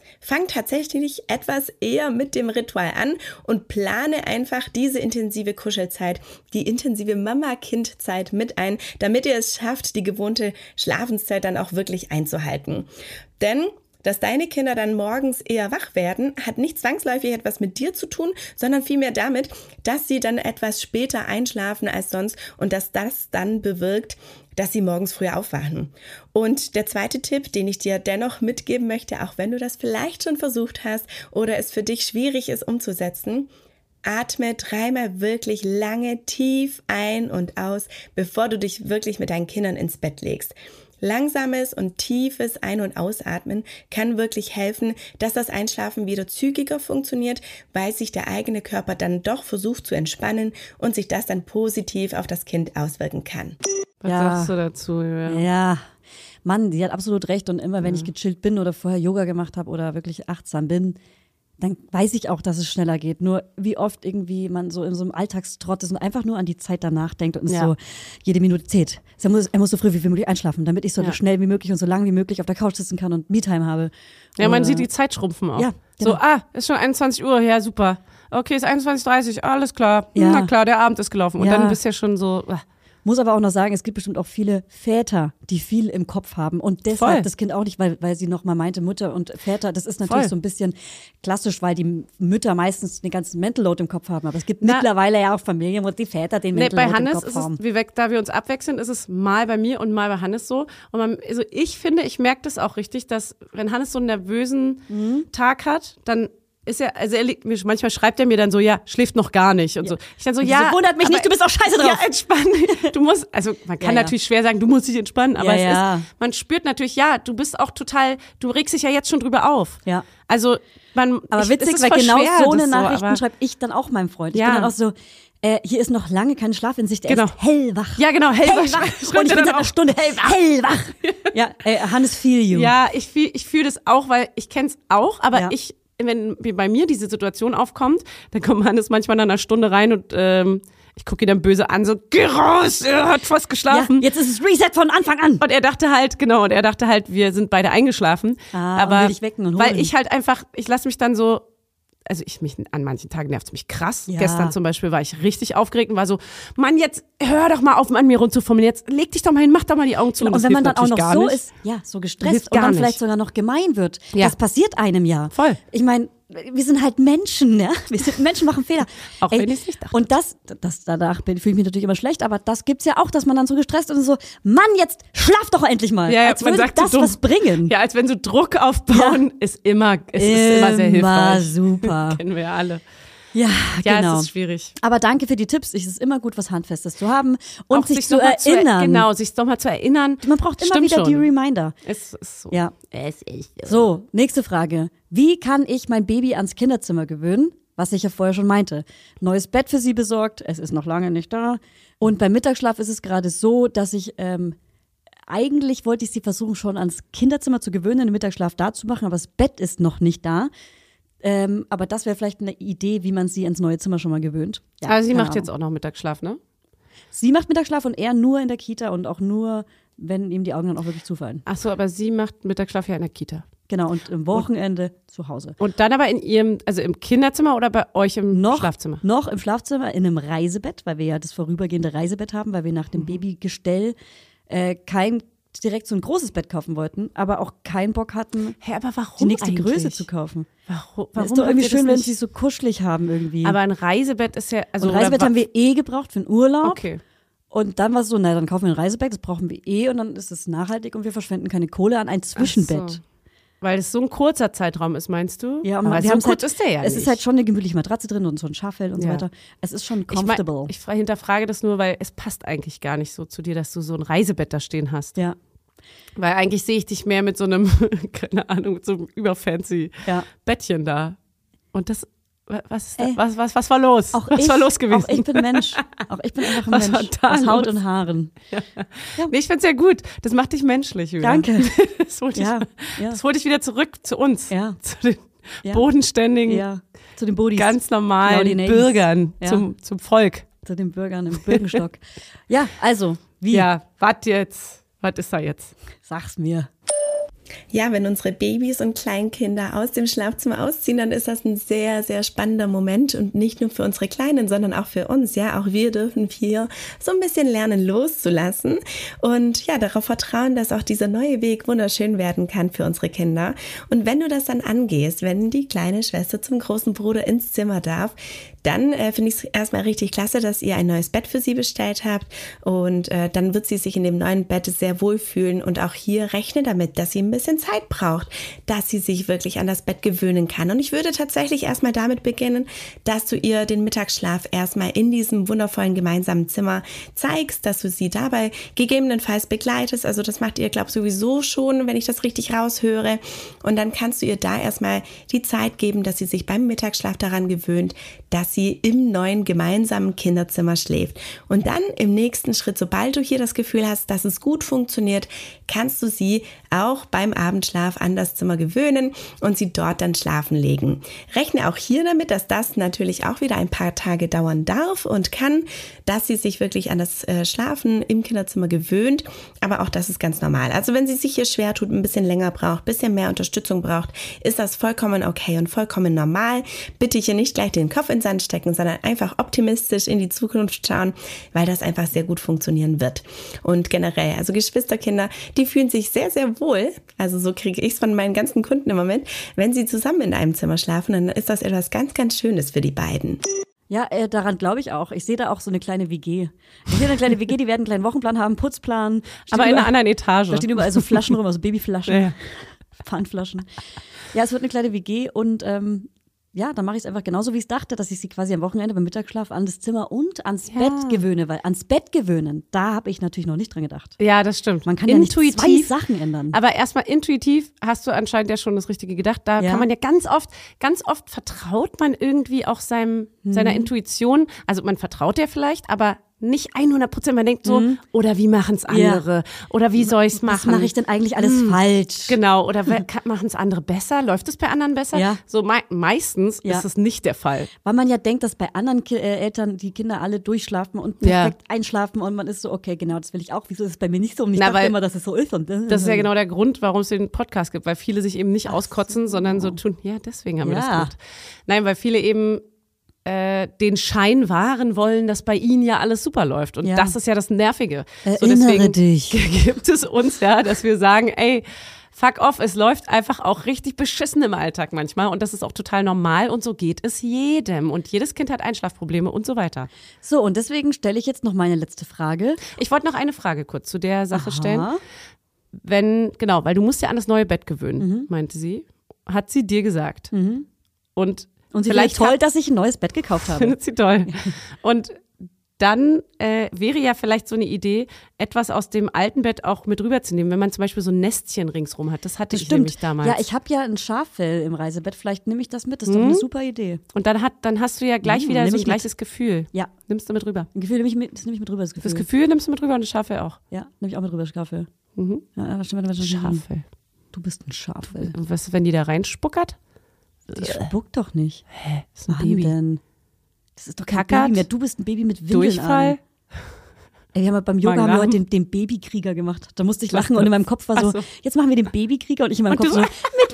Fang tatsächlich etwas eher mit dem Ritual an und plane einfach diese intensive Kuschelzeit, die intensive Mama-Kind-Zeit mit ein, damit ihr es schafft, die gewohnte Schlafenszeit dann auch wirklich einzuhalten. Denn dass deine Kinder dann morgens eher wach werden, hat nicht zwangsläufig etwas mit dir zu tun, sondern vielmehr damit, dass sie dann etwas später einschlafen als sonst und dass das dann bewirkt, dass sie morgens früher aufwachen. Und der zweite Tipp, den ich dir dennoch mitgeben möchte, auch wenn du das vielleicht schon versucht hast oder es für dich schwierig ist umzusetzen, atme 3-mal wirklich lange tief ein und aus, bevor du dich wirklich mit deinen Kindern ins Bett legst. Langsames und tiefes Ein- und Ausatmen kann wirklich helfen, dass das Einschlafen wieder zügiger funktioniert, weil sich der eigene Körper dann doch versucht zu entspannen und sich das dann positiv auf das Kind auswirken kann. Was sagst du dazu, Julia? Ja, Mann, die hat absolut recht. Und immer, wenn ich gechillt bin oder vorher Yoga gemacht habe oder wirklich achtsam bin, dann weiß ich auch, dass es schneller geht. Nur wie oft irgendwie man so in so einem Alltagstrott ist und einfach nur an die Zeit danach denkt und so jede Minute zählt. Er muss so früh wie möglich einschlafen, damit ich so schnell wie möglich und so lange wie möglich auf der Couch sitzen kann und Me-Time habe. Ja, man sieht die Zeit schrumpfen auch. Ja, genau. So, ist schon 21 Uhr, ja, super. Okay, ist 21:30 Uhr, alles klar. Ja. Na klar, der Abend ist gelaufen. Und dann bist du ja schon so... Muss aber auch noch sagen, es gibt bestimmt auch viele Väter, die viel im Kopf haben und deshalb das Kind auch nicht, weil sie noch mal meinte, Mutter und Väter, das ist natürlich so ein bisschen klassisch, weil die Mütter meistens den ganzen Mental Load im Kopf haben, aber es gibt mittlerweile ja auch Familien, wo die Väter den Mental Load im Kopf haben. Bei Hannes, da wir uns abwechseln, ist es mal bei mir und mal bei Hannes so. Und also ich finde, ich merke das auch richtig, dass wenn Hannes so einen nervösen Tag hat, dann ist er, also manchmal schreibt er mir dann so, ja, schläft noch gar nicht und so. Ich dann so, ja. Das wundert mich nicht, du bist auch scheiße drauf. Ja, entspann dich. Du musst, also man kann natürlich schwer sagen, du musst dich entspannen, aber man spürt natürlich, ja, du bist auch total, du regst dich ja jetzt schon drüber auf. Ja. Also, aber witzig, weil genau so eine Nachrichten schreibe ich dann auch meinem Freund. Ich bin dann auch so, hier ist noch lange keine Schlafinsicht, er ist hellwach. Ja, genau, hellwach. Und ich bin seit einer Stunde hellwach. Ja, Hannes, feel you. Ja, ich fühl das auch, weil ich kenn's auch, aber wenn bei mir diese Situation aufkommt, dann kommt Hannes manchmal nach einer Stunde rein und ich gucke ihn dann böse an, so, geh raus, er hat fast geschlafen. Ja, jetzt ist es Reset von Anfang an. Und er dachte halt, wir sind beide eingeschlafen. Aber will ich wecken und holen. Weil ich halt einfach, ich lasse mich dann so, also an manchen Tagen nervt es mich krass. Ja. Gestern zum Beispiel war ich richtig aufgeregt und war so, Mann, jetzt hör doch mal auf, an mir rumzufummeln, jetzt leg dich doch mal hin, mach doch mal die Augen zu. Genau, und wenn man dann auch noch so ist, so gestresst und dann vielleicht sogar noch gemein wird, das passiert einem ja. Voll. Ich meine, wir sind halt Menschen, ja. Menschen machen Fehler. Auch wenn ich es nicht dachte. Und danach fühle ich mich natürlich immer schlecht, aber das gibt's ja auch, dass man dann so gestresst ist und so, Mann, jetzt schlaf doch endlich mal. Ja, als würde das was bringen. Ja, als wenn so Druck aufbauen ist immer sehr hilfreich. Immer super. Kennen wir ja alle. Ja, genau. Ja, es ist schwierig. Aber danke für die Tipps. Es ist immer gut, was Handfestes zu haben und auch sich zu erinnern. Genau, sich doch mal zu erinnern. Man braucht immer wieder die Reminder. Es ist so. Ja. Es ist so. So, nächste Frage. Wie kann ich mein Baby ans Kinderzimmer gewöhnen? Was ich ja vorher schon meinte. Neues Bett für sie besorgt. Es ist noch lange nicht da. Und beim Mittagsschlaf ist es gerade so, dass ich eigentlich wollte ich sie versuchen, schon ans Kinderzimmer zu gewöhnen, den Mittagsschlaf da zu machen, aber das Bett ist noch nicht da. Aber das wäre vielleicht eine Idee, wie man sie ins neue Zimmer schon mal gewöhnt. Ja, also sie macht jetzt auch noch Mittagsschlaf, ne? Sie macht Mittagsschlaf und er nur in der Kita und auch nur, wenn ihm die Augen dann auch wirklich zufallen. Ach so, aber sie macht Mittagsschlaf ja in der Kita. Genau, und am Wochenende zu Hause. Und dann aber im Kinderzimmer oder bei euch im Schlafzimmer? Noch im Schlafzimmer, in einem Reisebett, weil wir ja das vorübergehende Reisebett haben, weil wir nach dem Babygestell kein direkt so ein großes Bett kaufen wollten, aber auch keinen Bock hatten, aber warum die nächste eigentlich? Größe zu kaufen. Warum ist doch irgendwie schön, wenn sie so kuschelig haben irgendwie. Aber ein Reisebett ist ja... Also ein Reisebett haben wir gebraucht für den Urlaub. Okay. Und dann war es so, dann kaufen wir ein Reisebett, das brauchen wir und dann ist es nachhaltig und wir verschwenden keine Kohle an ein Zwischenbett. So. Weil es so ein kurzer Zeitraum ist, meinst du? Ja, aber so kurz ist der ja nicht. Es ist halt schon eine gemütliche Matratze drin und so ein Schaffell und so weiter. Es ist schon comfortable. Ich hinterfrage das nur, weil es passt eigentlich gar nicht so zu dir, dass du so ein Reisebett da stehen hast. Ja. Weil eigentlich sehe ich dich mehr mit so einem, keine Ahnung, mit so einem überfancy Bettchen da. Und das, was war los? Was war los gewesen? Auch ich bin Mensch. Auch ich bin einfach ein Mensch. Aus Haut und Haaren. Ja. Nee, ich find's ja gut. Das macht dich menschlich, Julia. Danke. Das holt dich wieder zurück zu uns. Ja. Zu den bodenständigen, zu den Bodys. Ganz normalen Bürgern, zum Volk. Zu den Bürgern im Birkenstock. Ja, also, wie? Ja, was jetzt? Was ist da jetzt? Sag's mir. Ja, wenn unsere Babys und Kleinkinder aus dem Schlafzimmer ausziehen, dann ist das ein sehr, sehr spannender Moment und nicht nur für unsere Kleinen, sondern auch für uns. Ja, auch wir dürfen hier so ein bisschen lernen loszulassen und ja, darauf vertrauen, dass auch dieser neue Weg wunderschön werden kann für unsere Kinder. Und wenn du das dann angehst, wenn die kleine Schwester zum großen Bruder ins Zimmer darf, dann finde ich es erstmal richtig klasse, dass ihr ein neues Bett für sie bestellt habt und dann wird sie sich in dem neuen Bett sehr wohlfühlen und auch hier rechne damit, dass sie ein bisschen Zeit braucht, dass sie sich wirklich an das Bett gewöhnen kann. Und ich würde tatsächlich erstmal damit beginnen, dass du ihr den Mittagsschlaf erstmal in diesem wundervollen gemeinsamen Zimmer zeigst, dass du sie dabei gegebenenfalls begleitest. Also das macht ihr, glaube ich, sowieso schon, wenn ich das richtig raushöre. Und dann kannst du ihr da erstmal die Zeit geben, dass sie sich beim Mittagsschlaf daran gewöhnt, dass sie im neuen gemeinsamen Kinderzimmer schläft. Und dann im nächsten Schritt, sobald du hier das Gefühl hast, dass es gut funktioniert, kannst du sie auch beim Abendschlaf an das Zimmer gewöhnen und sie dort dann schlafen legen. Rechne auch hier damit, dass das natürlich auch wieder ein paar Tage dauern darf und kann, dass sie sich wirklich an das Schlafen im Kinderzimmer gewöhnt, aber auch das ist ganz normal. Also wenn sie sich hier schwer tut, ein bisschen länger braucht, ein bisschen mehr Unterstützung braucht, ist das vollkommen okay und vollkommen normal. Bitte hier nicht gleich den Kopf in den Sand stecken, sondern einfach optimistisch in die Zukunft schauen, weil das einfach sehr gut funktionieren wird. Und generell, also Geschwisterkinder, die fühlen sich sehr, sehr wohl, also so kriege ich es von meinen ganzen Kunden im Moment, wenn sie zusammen in einem Zimmer schlafen, dann ist das etwas ganz, ganz Schönes für die beiden. Ja, daran glaube ich auch. Ich sehe da auch so eine kleine WG. Ich sehe eine kleine WG, die werden einen kleinen Wochenplan haben, Putzplan. Aber in einer anderen Etage. Da stehen überall so Flaschen rum, also Babyflaschen, ja. Pfandflaschen. Ja, es wird eine kleine WG und ja, dann mache ich es einfach genauso, wie ich es dachte, dass ich sie quasi am Wochenende beim Mittagsschlaf an das Zimmer und ans Bett gewöhne, weil ans Bett gewöhnen, da habe ich natürlich noch nicht dran gedacht. Ja, das stimmt. Man kann intuitiv, ja nicht zwei Sachen ändern. Aber erstmal intuitiv hast du anscheinend ja schon das Richtige gedacht. Da kann man ja ganz oft vertraut man irgendwie auch seiner Intuition. Also man vertraut ja vielleicht, aber nicht 100%. Man denkt so, oder wie machen es andere? Oder wie soll ich es machen? Was mache ich denn eigentlich alles falsch? Genau, oder machen es andere besser? Läuft es bei anderen besser? Ja. So meistens ist es nicht der Fall. Weil man ja denkt, dass bei anderen Eltern die Kinder alle durchschlafen und perfekt einschlafen und man ist so, okay, genau, das will ich auch. Wieso ist es bei mir nicht so? Und ich dachte immer, dass es so ist. Und das ist ja genau der Grund, warum es den Podcast gibt, weil viele sich eben nicht auskotzen, sondern so tun, ja, deswegen haben wir das gemacht. Nein, weil viele eben den Schein wahren wollen, dass bei ihnen ja alles super läuft. Und das ist ja das Nervige. Erinnere dich. Gibt es uns dass wir sagen, ey, fuck off, es läuft einfach auch richtig beschissen im Alltag manchmal. Und das ist auch total normal und so geht es jedem. Und jedes Kind hat Einschlafprobleme und so weiter. So, und deswegen stelle ich jetzt noch meine letzte Frage. Ich wollte noch eine Frage kurz zu der Sache stellen. Weil du musst ja an das neue Bett gewöhnen, meinte sie. Hat sie dir gesagt. Und sie vielleicht toll, dass ich ein neues Bett gekauft habe. Findet sie toll. Und dann wäre ja vielleicht so eine Idee, etwas aus dem alten Bett auch mit rüberzunehmen, wenn man zum Beispiel so ein Nestchen ringsrum hat. Das hatte ich nämlich damals. Ja, ich habe ja ein Schaffell im Reisebett. Vielleicht nehme ich das mit. Das ist doch eine super Idee. Und dann hast du ja gleich wieder so ein gleiches Gefühl. Ja. Nimmst du mit rüber? Ein Gefühl nehme ich mit rüber. Das Gefühl nimmst du mit rüber und das Schaffell auch. Ja, nehme ich auch mit rüber, das Schaffell. Ja, Schaffell. Du bist ein Schaffell. Und was, wenn die da reinspuckert? Die spuckt doch nicht. Hä? Das ist ein Baby. Denn? Das ist doch kein Baby mehr. Du bist ein Baby mit Windeln Durchfall? An. Ey, wir haben beim Yoga heute den Babykrieger gemacht. Da musste ich lachen und in meinem Kopf war so, jetzt machen wir den Babykrieger und ich in meinem Kopf so, mit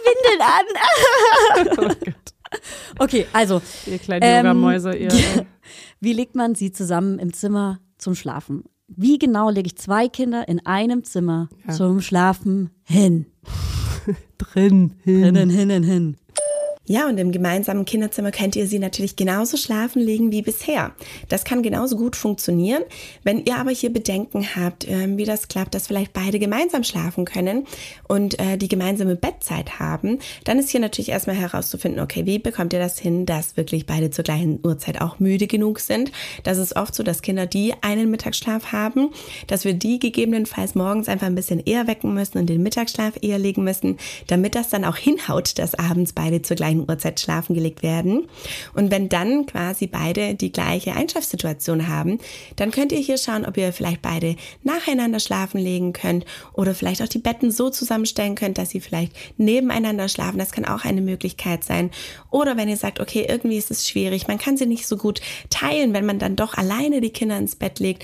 Windeln an. Oh Gott. Okay, also. Ihr kleinen Yogamäuse, ihr. Wie legt man sie zusammen im Zimmer zum Schlafen? Wie genau lege ich zwei Kinder in einem Zimmer zum Schlafen hin? Drinnen hin. Ja, und im gemeinsamen Kinderzimmer könnt ihr sie natürlich genauso schlafen legen wie bisher. Das kann genauso gut funktionieren. Wenn ihr aber hier Bedenken habt, wie das klappt, dass vielleicht beide gemeinsam schlafen können und die gemeinsame Bettzeit haben, dann ist hier natürlich erstmal herauszufinden, okay, wie bekommt ihr das hin, dass wirklich beide zur gleichen Uhrzeit auch müde genug sind. Das ist oft so, dass Kinder, die einen Mittagsschlaf haben, dass wir die gegebenenfalls morgens einfach ein bisschen eher wecken müssen und den Mittagsschlaf eher legen müssen, damit das dann auch hinhaut, dass abends beide zur gleichen Uhrzeit schlafen gelegt werden. Und wenn dann quasi beide die gleiche Einschlafsituation haben, dann könnt ihr hier schauen, ob ihr vielleicht beide nacheinander schlafen legen könnt oder vielleicht auch die Betten so zusammenstellen könnt, dass sie vielleicht nebeneinander schlafen. Das kann auch eine Möglichkeit sein. Oder wenn ihr sagt, okay, irgendwie ist es schwierig, man kann sie nicht so gut teilen, wenn man dann doch alleine die Kinder ins Bett legt,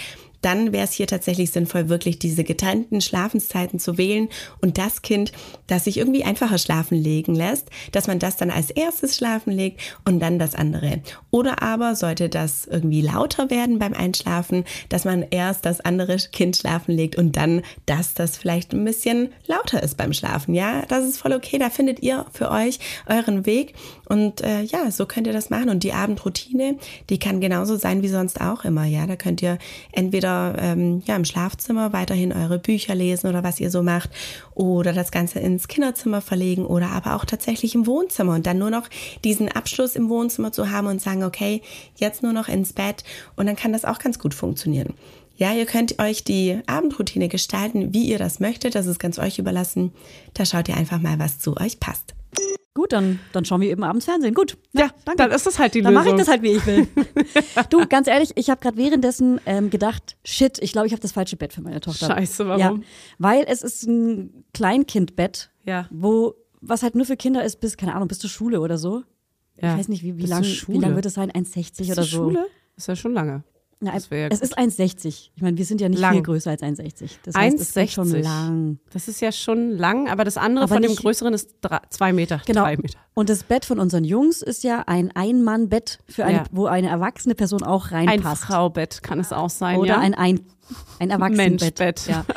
dann wäre es hier tatsächlich sinnvoll, wirklich diese getrennten Schlafenszeiten zu wählen und das Kind, das sich irgendwie einfacher schlafen legen lässt, dass man das dann als erstes schlafen legt und dann das andere. Oder aber sollte das irgendwie lauter werden beim Einschlafen, dass man erst das andere Kind schlafen legt und dann das vielleicht ein bisschen lauter ist beim Schlafen. Ja, das ist voll okay, da findet ihr für euch euren Weg und so könnt ihr das machen. Und die Abendroutine, die kann genauso sein wie sonst auch immer. Ja, da könnt ihr entweder im Schlafzimmer weiterhin eure Bücher lesen oder was ihr so macht oder das Ganze ins Kinderzimmer verlegen oder aber auch tatsächlich im Wohnzimmer und dann nur noch diesen Abschluss im Wohnzimmer zu haben und sagen, okay, jetzt nur noch ins Bett und dann kann das auch ganz gut funktionieren. Ja, ihr könnt euch die Abendroutine gestalten, wie ihr das möchtet. Das ist ganz euch überlassen. Da schaut ihr einfach mal, was zu euch passt. Gut, dann schauen wir eben abends Fernsehen. Gut. Ja, danke. Dann ist das halt die Lösung. Dann mache ich das halt, wie ich will. Du, ganz ehrlich, ich habe gerade währenddessen gedacht, shit, ich glaube, ich habe das falsche Bett für meine Tochter. Scheiße, warum? Ja, weil es ist ein Kleinkindbett, was halt nur für Kinder ist bis zur Schule oder so. Ja. Ich weiß nicht, wie lang wird es sein? 1,60 oder so. Schule? Ist ja schon lange. Ja, es ist 1,60. Ich meine, wir sind ja nicht viel größer als 1,60. Das heißt, es ist schon lang. Das ist ja schon lang, aber das andere von dem größeren ist 2 Meter, genau. 3 Meter. Und das Bett von unseren Jungs ist ja ein Ein-Mann-Bett, wo eine erwachsene Person auch reinpasst. Ein Fraubett kann es auch sein, oder ein Erwachsenenbett. Menschbett. Ja.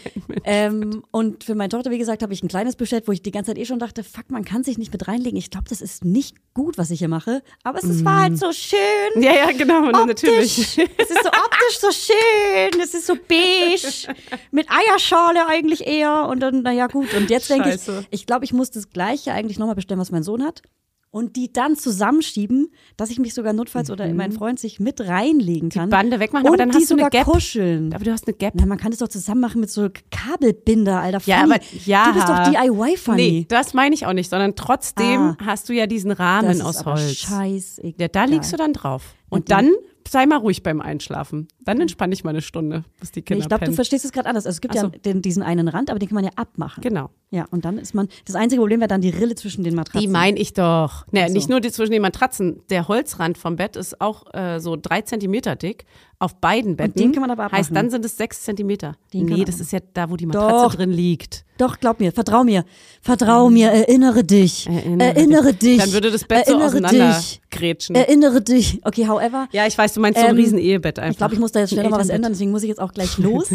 Und für meine Tochter, wie gesagt, habe ich ein kleines bestellt, wo ich die ganze Zeit schon dachte, fuck, man kann sich nicht mit reinlegen. Ich glaube, das ist nicht gut, was ich hier mache. Aber es war halt so schön. Ja, genau, optisch. Natürlich. Es ist so optisch so schön. Es ist so beige. Mit Eierschale eigentlich eher. Und dann, naja, gut. Und jetzt denke ich glaube, ich muss das Gleiche eigentlich nochmal bestellen, was mein Sohn hat. Und die dann zusammenschieben, dass ich mich sogar notfalls oder mein Freund sich mit reinlegen kann. Die Bande wegmachen, und aber dann hast du eine Gap. Kuscheln. Aber du hast eine Gap. Na, man kann das doch zusammen machen mit so Kabelbinder, Alter. Ja, aber du bist doch DIY, Fanny. Nee, das meine ich auch nicht, sondern trotzdem hast du ja diesen Rahmen aus Holz. Scheißegal. Ja, da liegst du dann drauf. Und dann sei mal ruhig beim Einschlafen. Dann entspann dich mal eine Stunde, bis die Kinder Ich glaube, du verstehst es gerade anders. Also es gibt diesen einen Rand, aber den kann man ja abmachen. Genau. Ja, und dann ist das einzige Problem wäre dann die Rille zwischen den Matratzen. Die meine ich doch. Naja, nicht nur die zwischen den Matratzen. Der Holzrand vom Bett ist auch so 3 Zentimeter dick auf beiden Betten. Und den kann man aber abmachen. Heißt, dann sind es 6 Zentimeter. Das ist ja da, wo die Matratze doch drin liegt. Doch, glaub mir, vertrau mir, erinnere dich. Erinnere dich. Dann würde das Bett so auseinandergrätschen. Erinnere dich. Okay, however. Ja, ich weiß, du meinst so ein Riesen-Ehebett einfach. Ich glaube, ich muss da jetzt schnell noch mal was ändern, deswegen muss ich jetzt auch gleich los.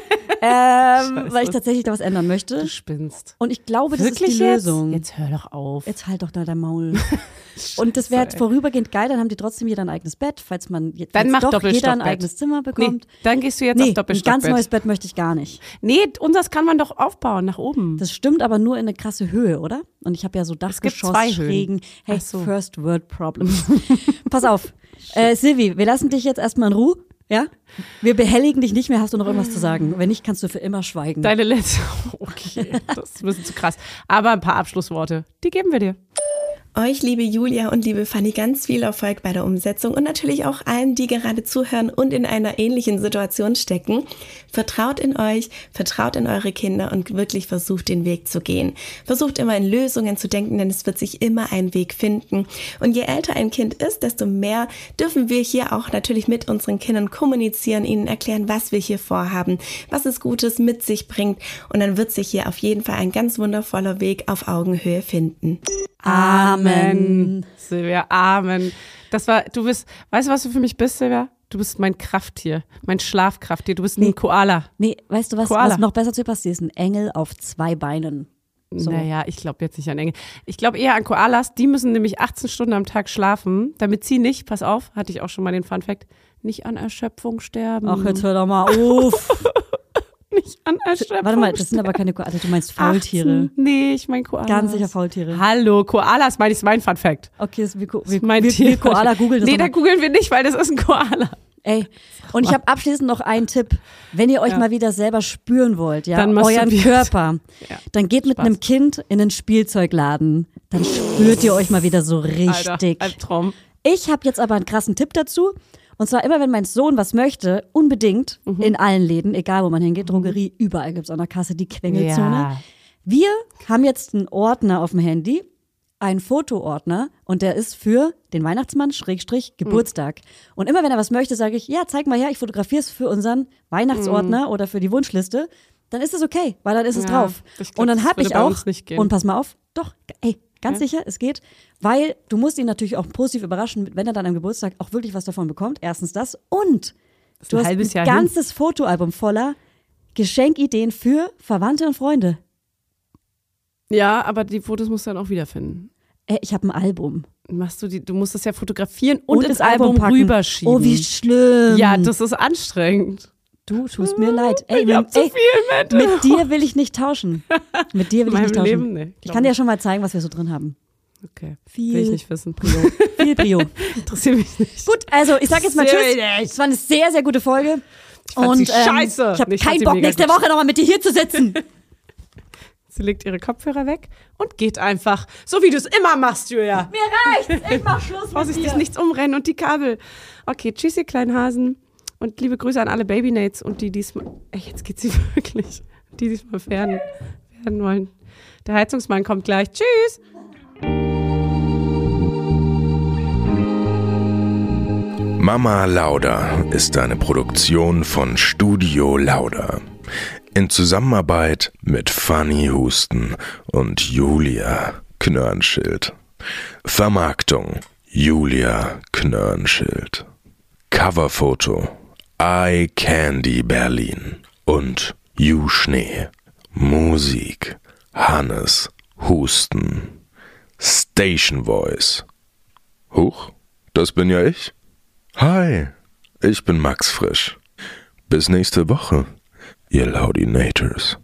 Weil ich tatsächlich da was ändern möchte. Du spinnst. Und ich glaube, das Wirklich ist die Lösung. Jetzt hör doch auf. Jetzt halt doch da dein Maul. Und das wäre jetzt vorübergehend geil, dann haben die trotzdem jeder ein eigenes Bett, falls jeder ein eigenes Zimmer bekommt. Nee, dann gehst du jetzt auf Doppelstockbett. Ein ganz neues Bett möchte ich gar nicht. Nee, unseres kann man doch aufbauen, nach oben. Das stimmt, aber nur in eine krasse Höhe, oder? Und ich habe ja so Dachgeschoss-Schrägen. Hey, First World Problems. Pass auf, Silvi, wir lassen dich jetzt erstmal in Ruhe. Ja? Wir behelligen dich nicht mehr. Hast du noch irgendwas zu sagen? Wenn nicht, kannst du für immer schweigen. Deine letzte. Okay, das ist ein bisschen zu krass. Aber ein paar Abschlussworte, die geben wir dir. Euch, liebe Julia und liebe Fanny, ganz viel Erfolg bei der Umsetzung und natürlich auch allen, die gerade zuhören und in einer ähnlichen Situation stecken. Vertraut in euch, vertraut in eure Kinder und wirklich versucht, den Weg zu gehen. Versucht immer in Lösungen zu denken, denn es wird sich immer ein Weg finden. Und je älter ein Kind ist, desto mehr dürfen wir hier auch natürlich mit unseren Kindern kommunizieren, ihnen erklären, was wir hier vorhaben, was es Gutes mit sich bringt. Und dann wird sich hier auf jeden Fall ein ganz wundervoller Weg auf Augenhöhe finden. Amen. Silvia, Amen. Weißt du, was du für mich bist, Silvia? Du bist mein Krafttier, mein Schlafkrafttier. Du bist ein Koala. Nee, weißt du was noch besser zu dir passt? Sie ist ein Engel auf 2 Beinen. So. Naja, ich glaube jetzt nicht an Engel. Ich glaube eher an Koalas. Die müssen nämlich 18 Stunden am Tag schlafen, damit sie nicht, pass auf, hatte ich auch schon mal den Funfact, nicht an Erschöpfung sterben. Ach, jetzt hör doch mal auf. Nicht an Erschöpfung. Warte mal, das sind aber keine Koalas, du meinst Faultiere. 18? Nee, ich meine Koalas. Ganz sicher Faultiere. Hallo, Koalas meine ich, ist mein Funfact. Okay, das ist mein Tier. Wir Koala googeln das. Nee, da googeln wir nicht, weil das ist ein Koala. Ey, und ich habe abschließend noch einen Tipp. Wenn ihr euch mal wieder selber spüren wollt, ja, dann euren Körper, dann geht mit einem Kind in den Spielzeugladen. Dann spürt ihr euch mal wieder so richtig. Alter, Albtraum. Ich habe jetzt aber einen krassen Tipp dazu. Und zwar immer, wenn mein Sohn was möchte, unbedingt in allen Läden, egal wo man hingeht, Drogerie, überall gibt's an der Kasse die Quengelzone. Ja. Wir haben jetzt einen Ordner auf dem Handy, einen Fotoordner und der ist für den Weihnachtsmann / Geburtstag. Und immer wenn er was möchte, sage ich, ja, zeig mal her, ich fotografiere es für unseren Weihnachtsordner oder für die Wunschliste. Dann ist es okay, weil dann ist es drauf. Und dann habe ich auch, und pass mal auf, doch, ey, ganz sicher, es geht, weil du musst ihn natürlich auch positiv überraschen, wenn er dann am Geburtstag auch wirklich was davon bekommt. Erstens das und du hast ein ganzes Fotoalbum voller Geschenkideen für Verwandte und Freunde. Ja, aber die Fotos musst du dann auch wiederfinden. Ich habe ein Album. Du musst das ja fotografieren und ins Album rüberschieben. Oh, wie schlimm. Ja, das ist anstrengend. Du tust mir leid. Ey, ich hab zu viel mit dir will ich nicht tauschen. Mit dir will ich nicht tauschen. Leben, nee, ich kann dir ja schon mal zeigen, was wir so drin haben. Okay. Will ich nicht wissen. Brio. Viel Brio. Interessiert mich nicht. Gut, also ich sag jetzt mal Tschüss. Es war eine sehr, sehr gute Folge. Ich fand sie scheiße. Ich habe keinen Bock, nächste Woche nochmal mit dir hier zu sitzen. Sie legt ihre Kopfhörer weg und geht einfach. So wie du es immer machst, Julia. Mir reicht's. Ich mach Schluss mit dir. Vorsichtig, nichts umrennen und die Kabel. Okay, tschüss, ihr kleinen Hasen. Und liebe Grüße an alle Babynates und die diesmal, jetzt geht sie wirklich, die diesmal werden wollen. Der Heizungsmann kommt gleich. Tschüss! Mama Lauda ist eine Produktion von Studio Lauda. In Zusammenarbeit mit Fanny Husten und Julia Knörnschild. Vermarktung Julia Knörnschild. Coverfoto Eye Candy Berlin und Ju Schnee. Musik Hannes Husten. Station Voice. Huch, das bin ja ich. Hi, ich bin Max Frisch. Bis nächste Woche, ihr Laudinators.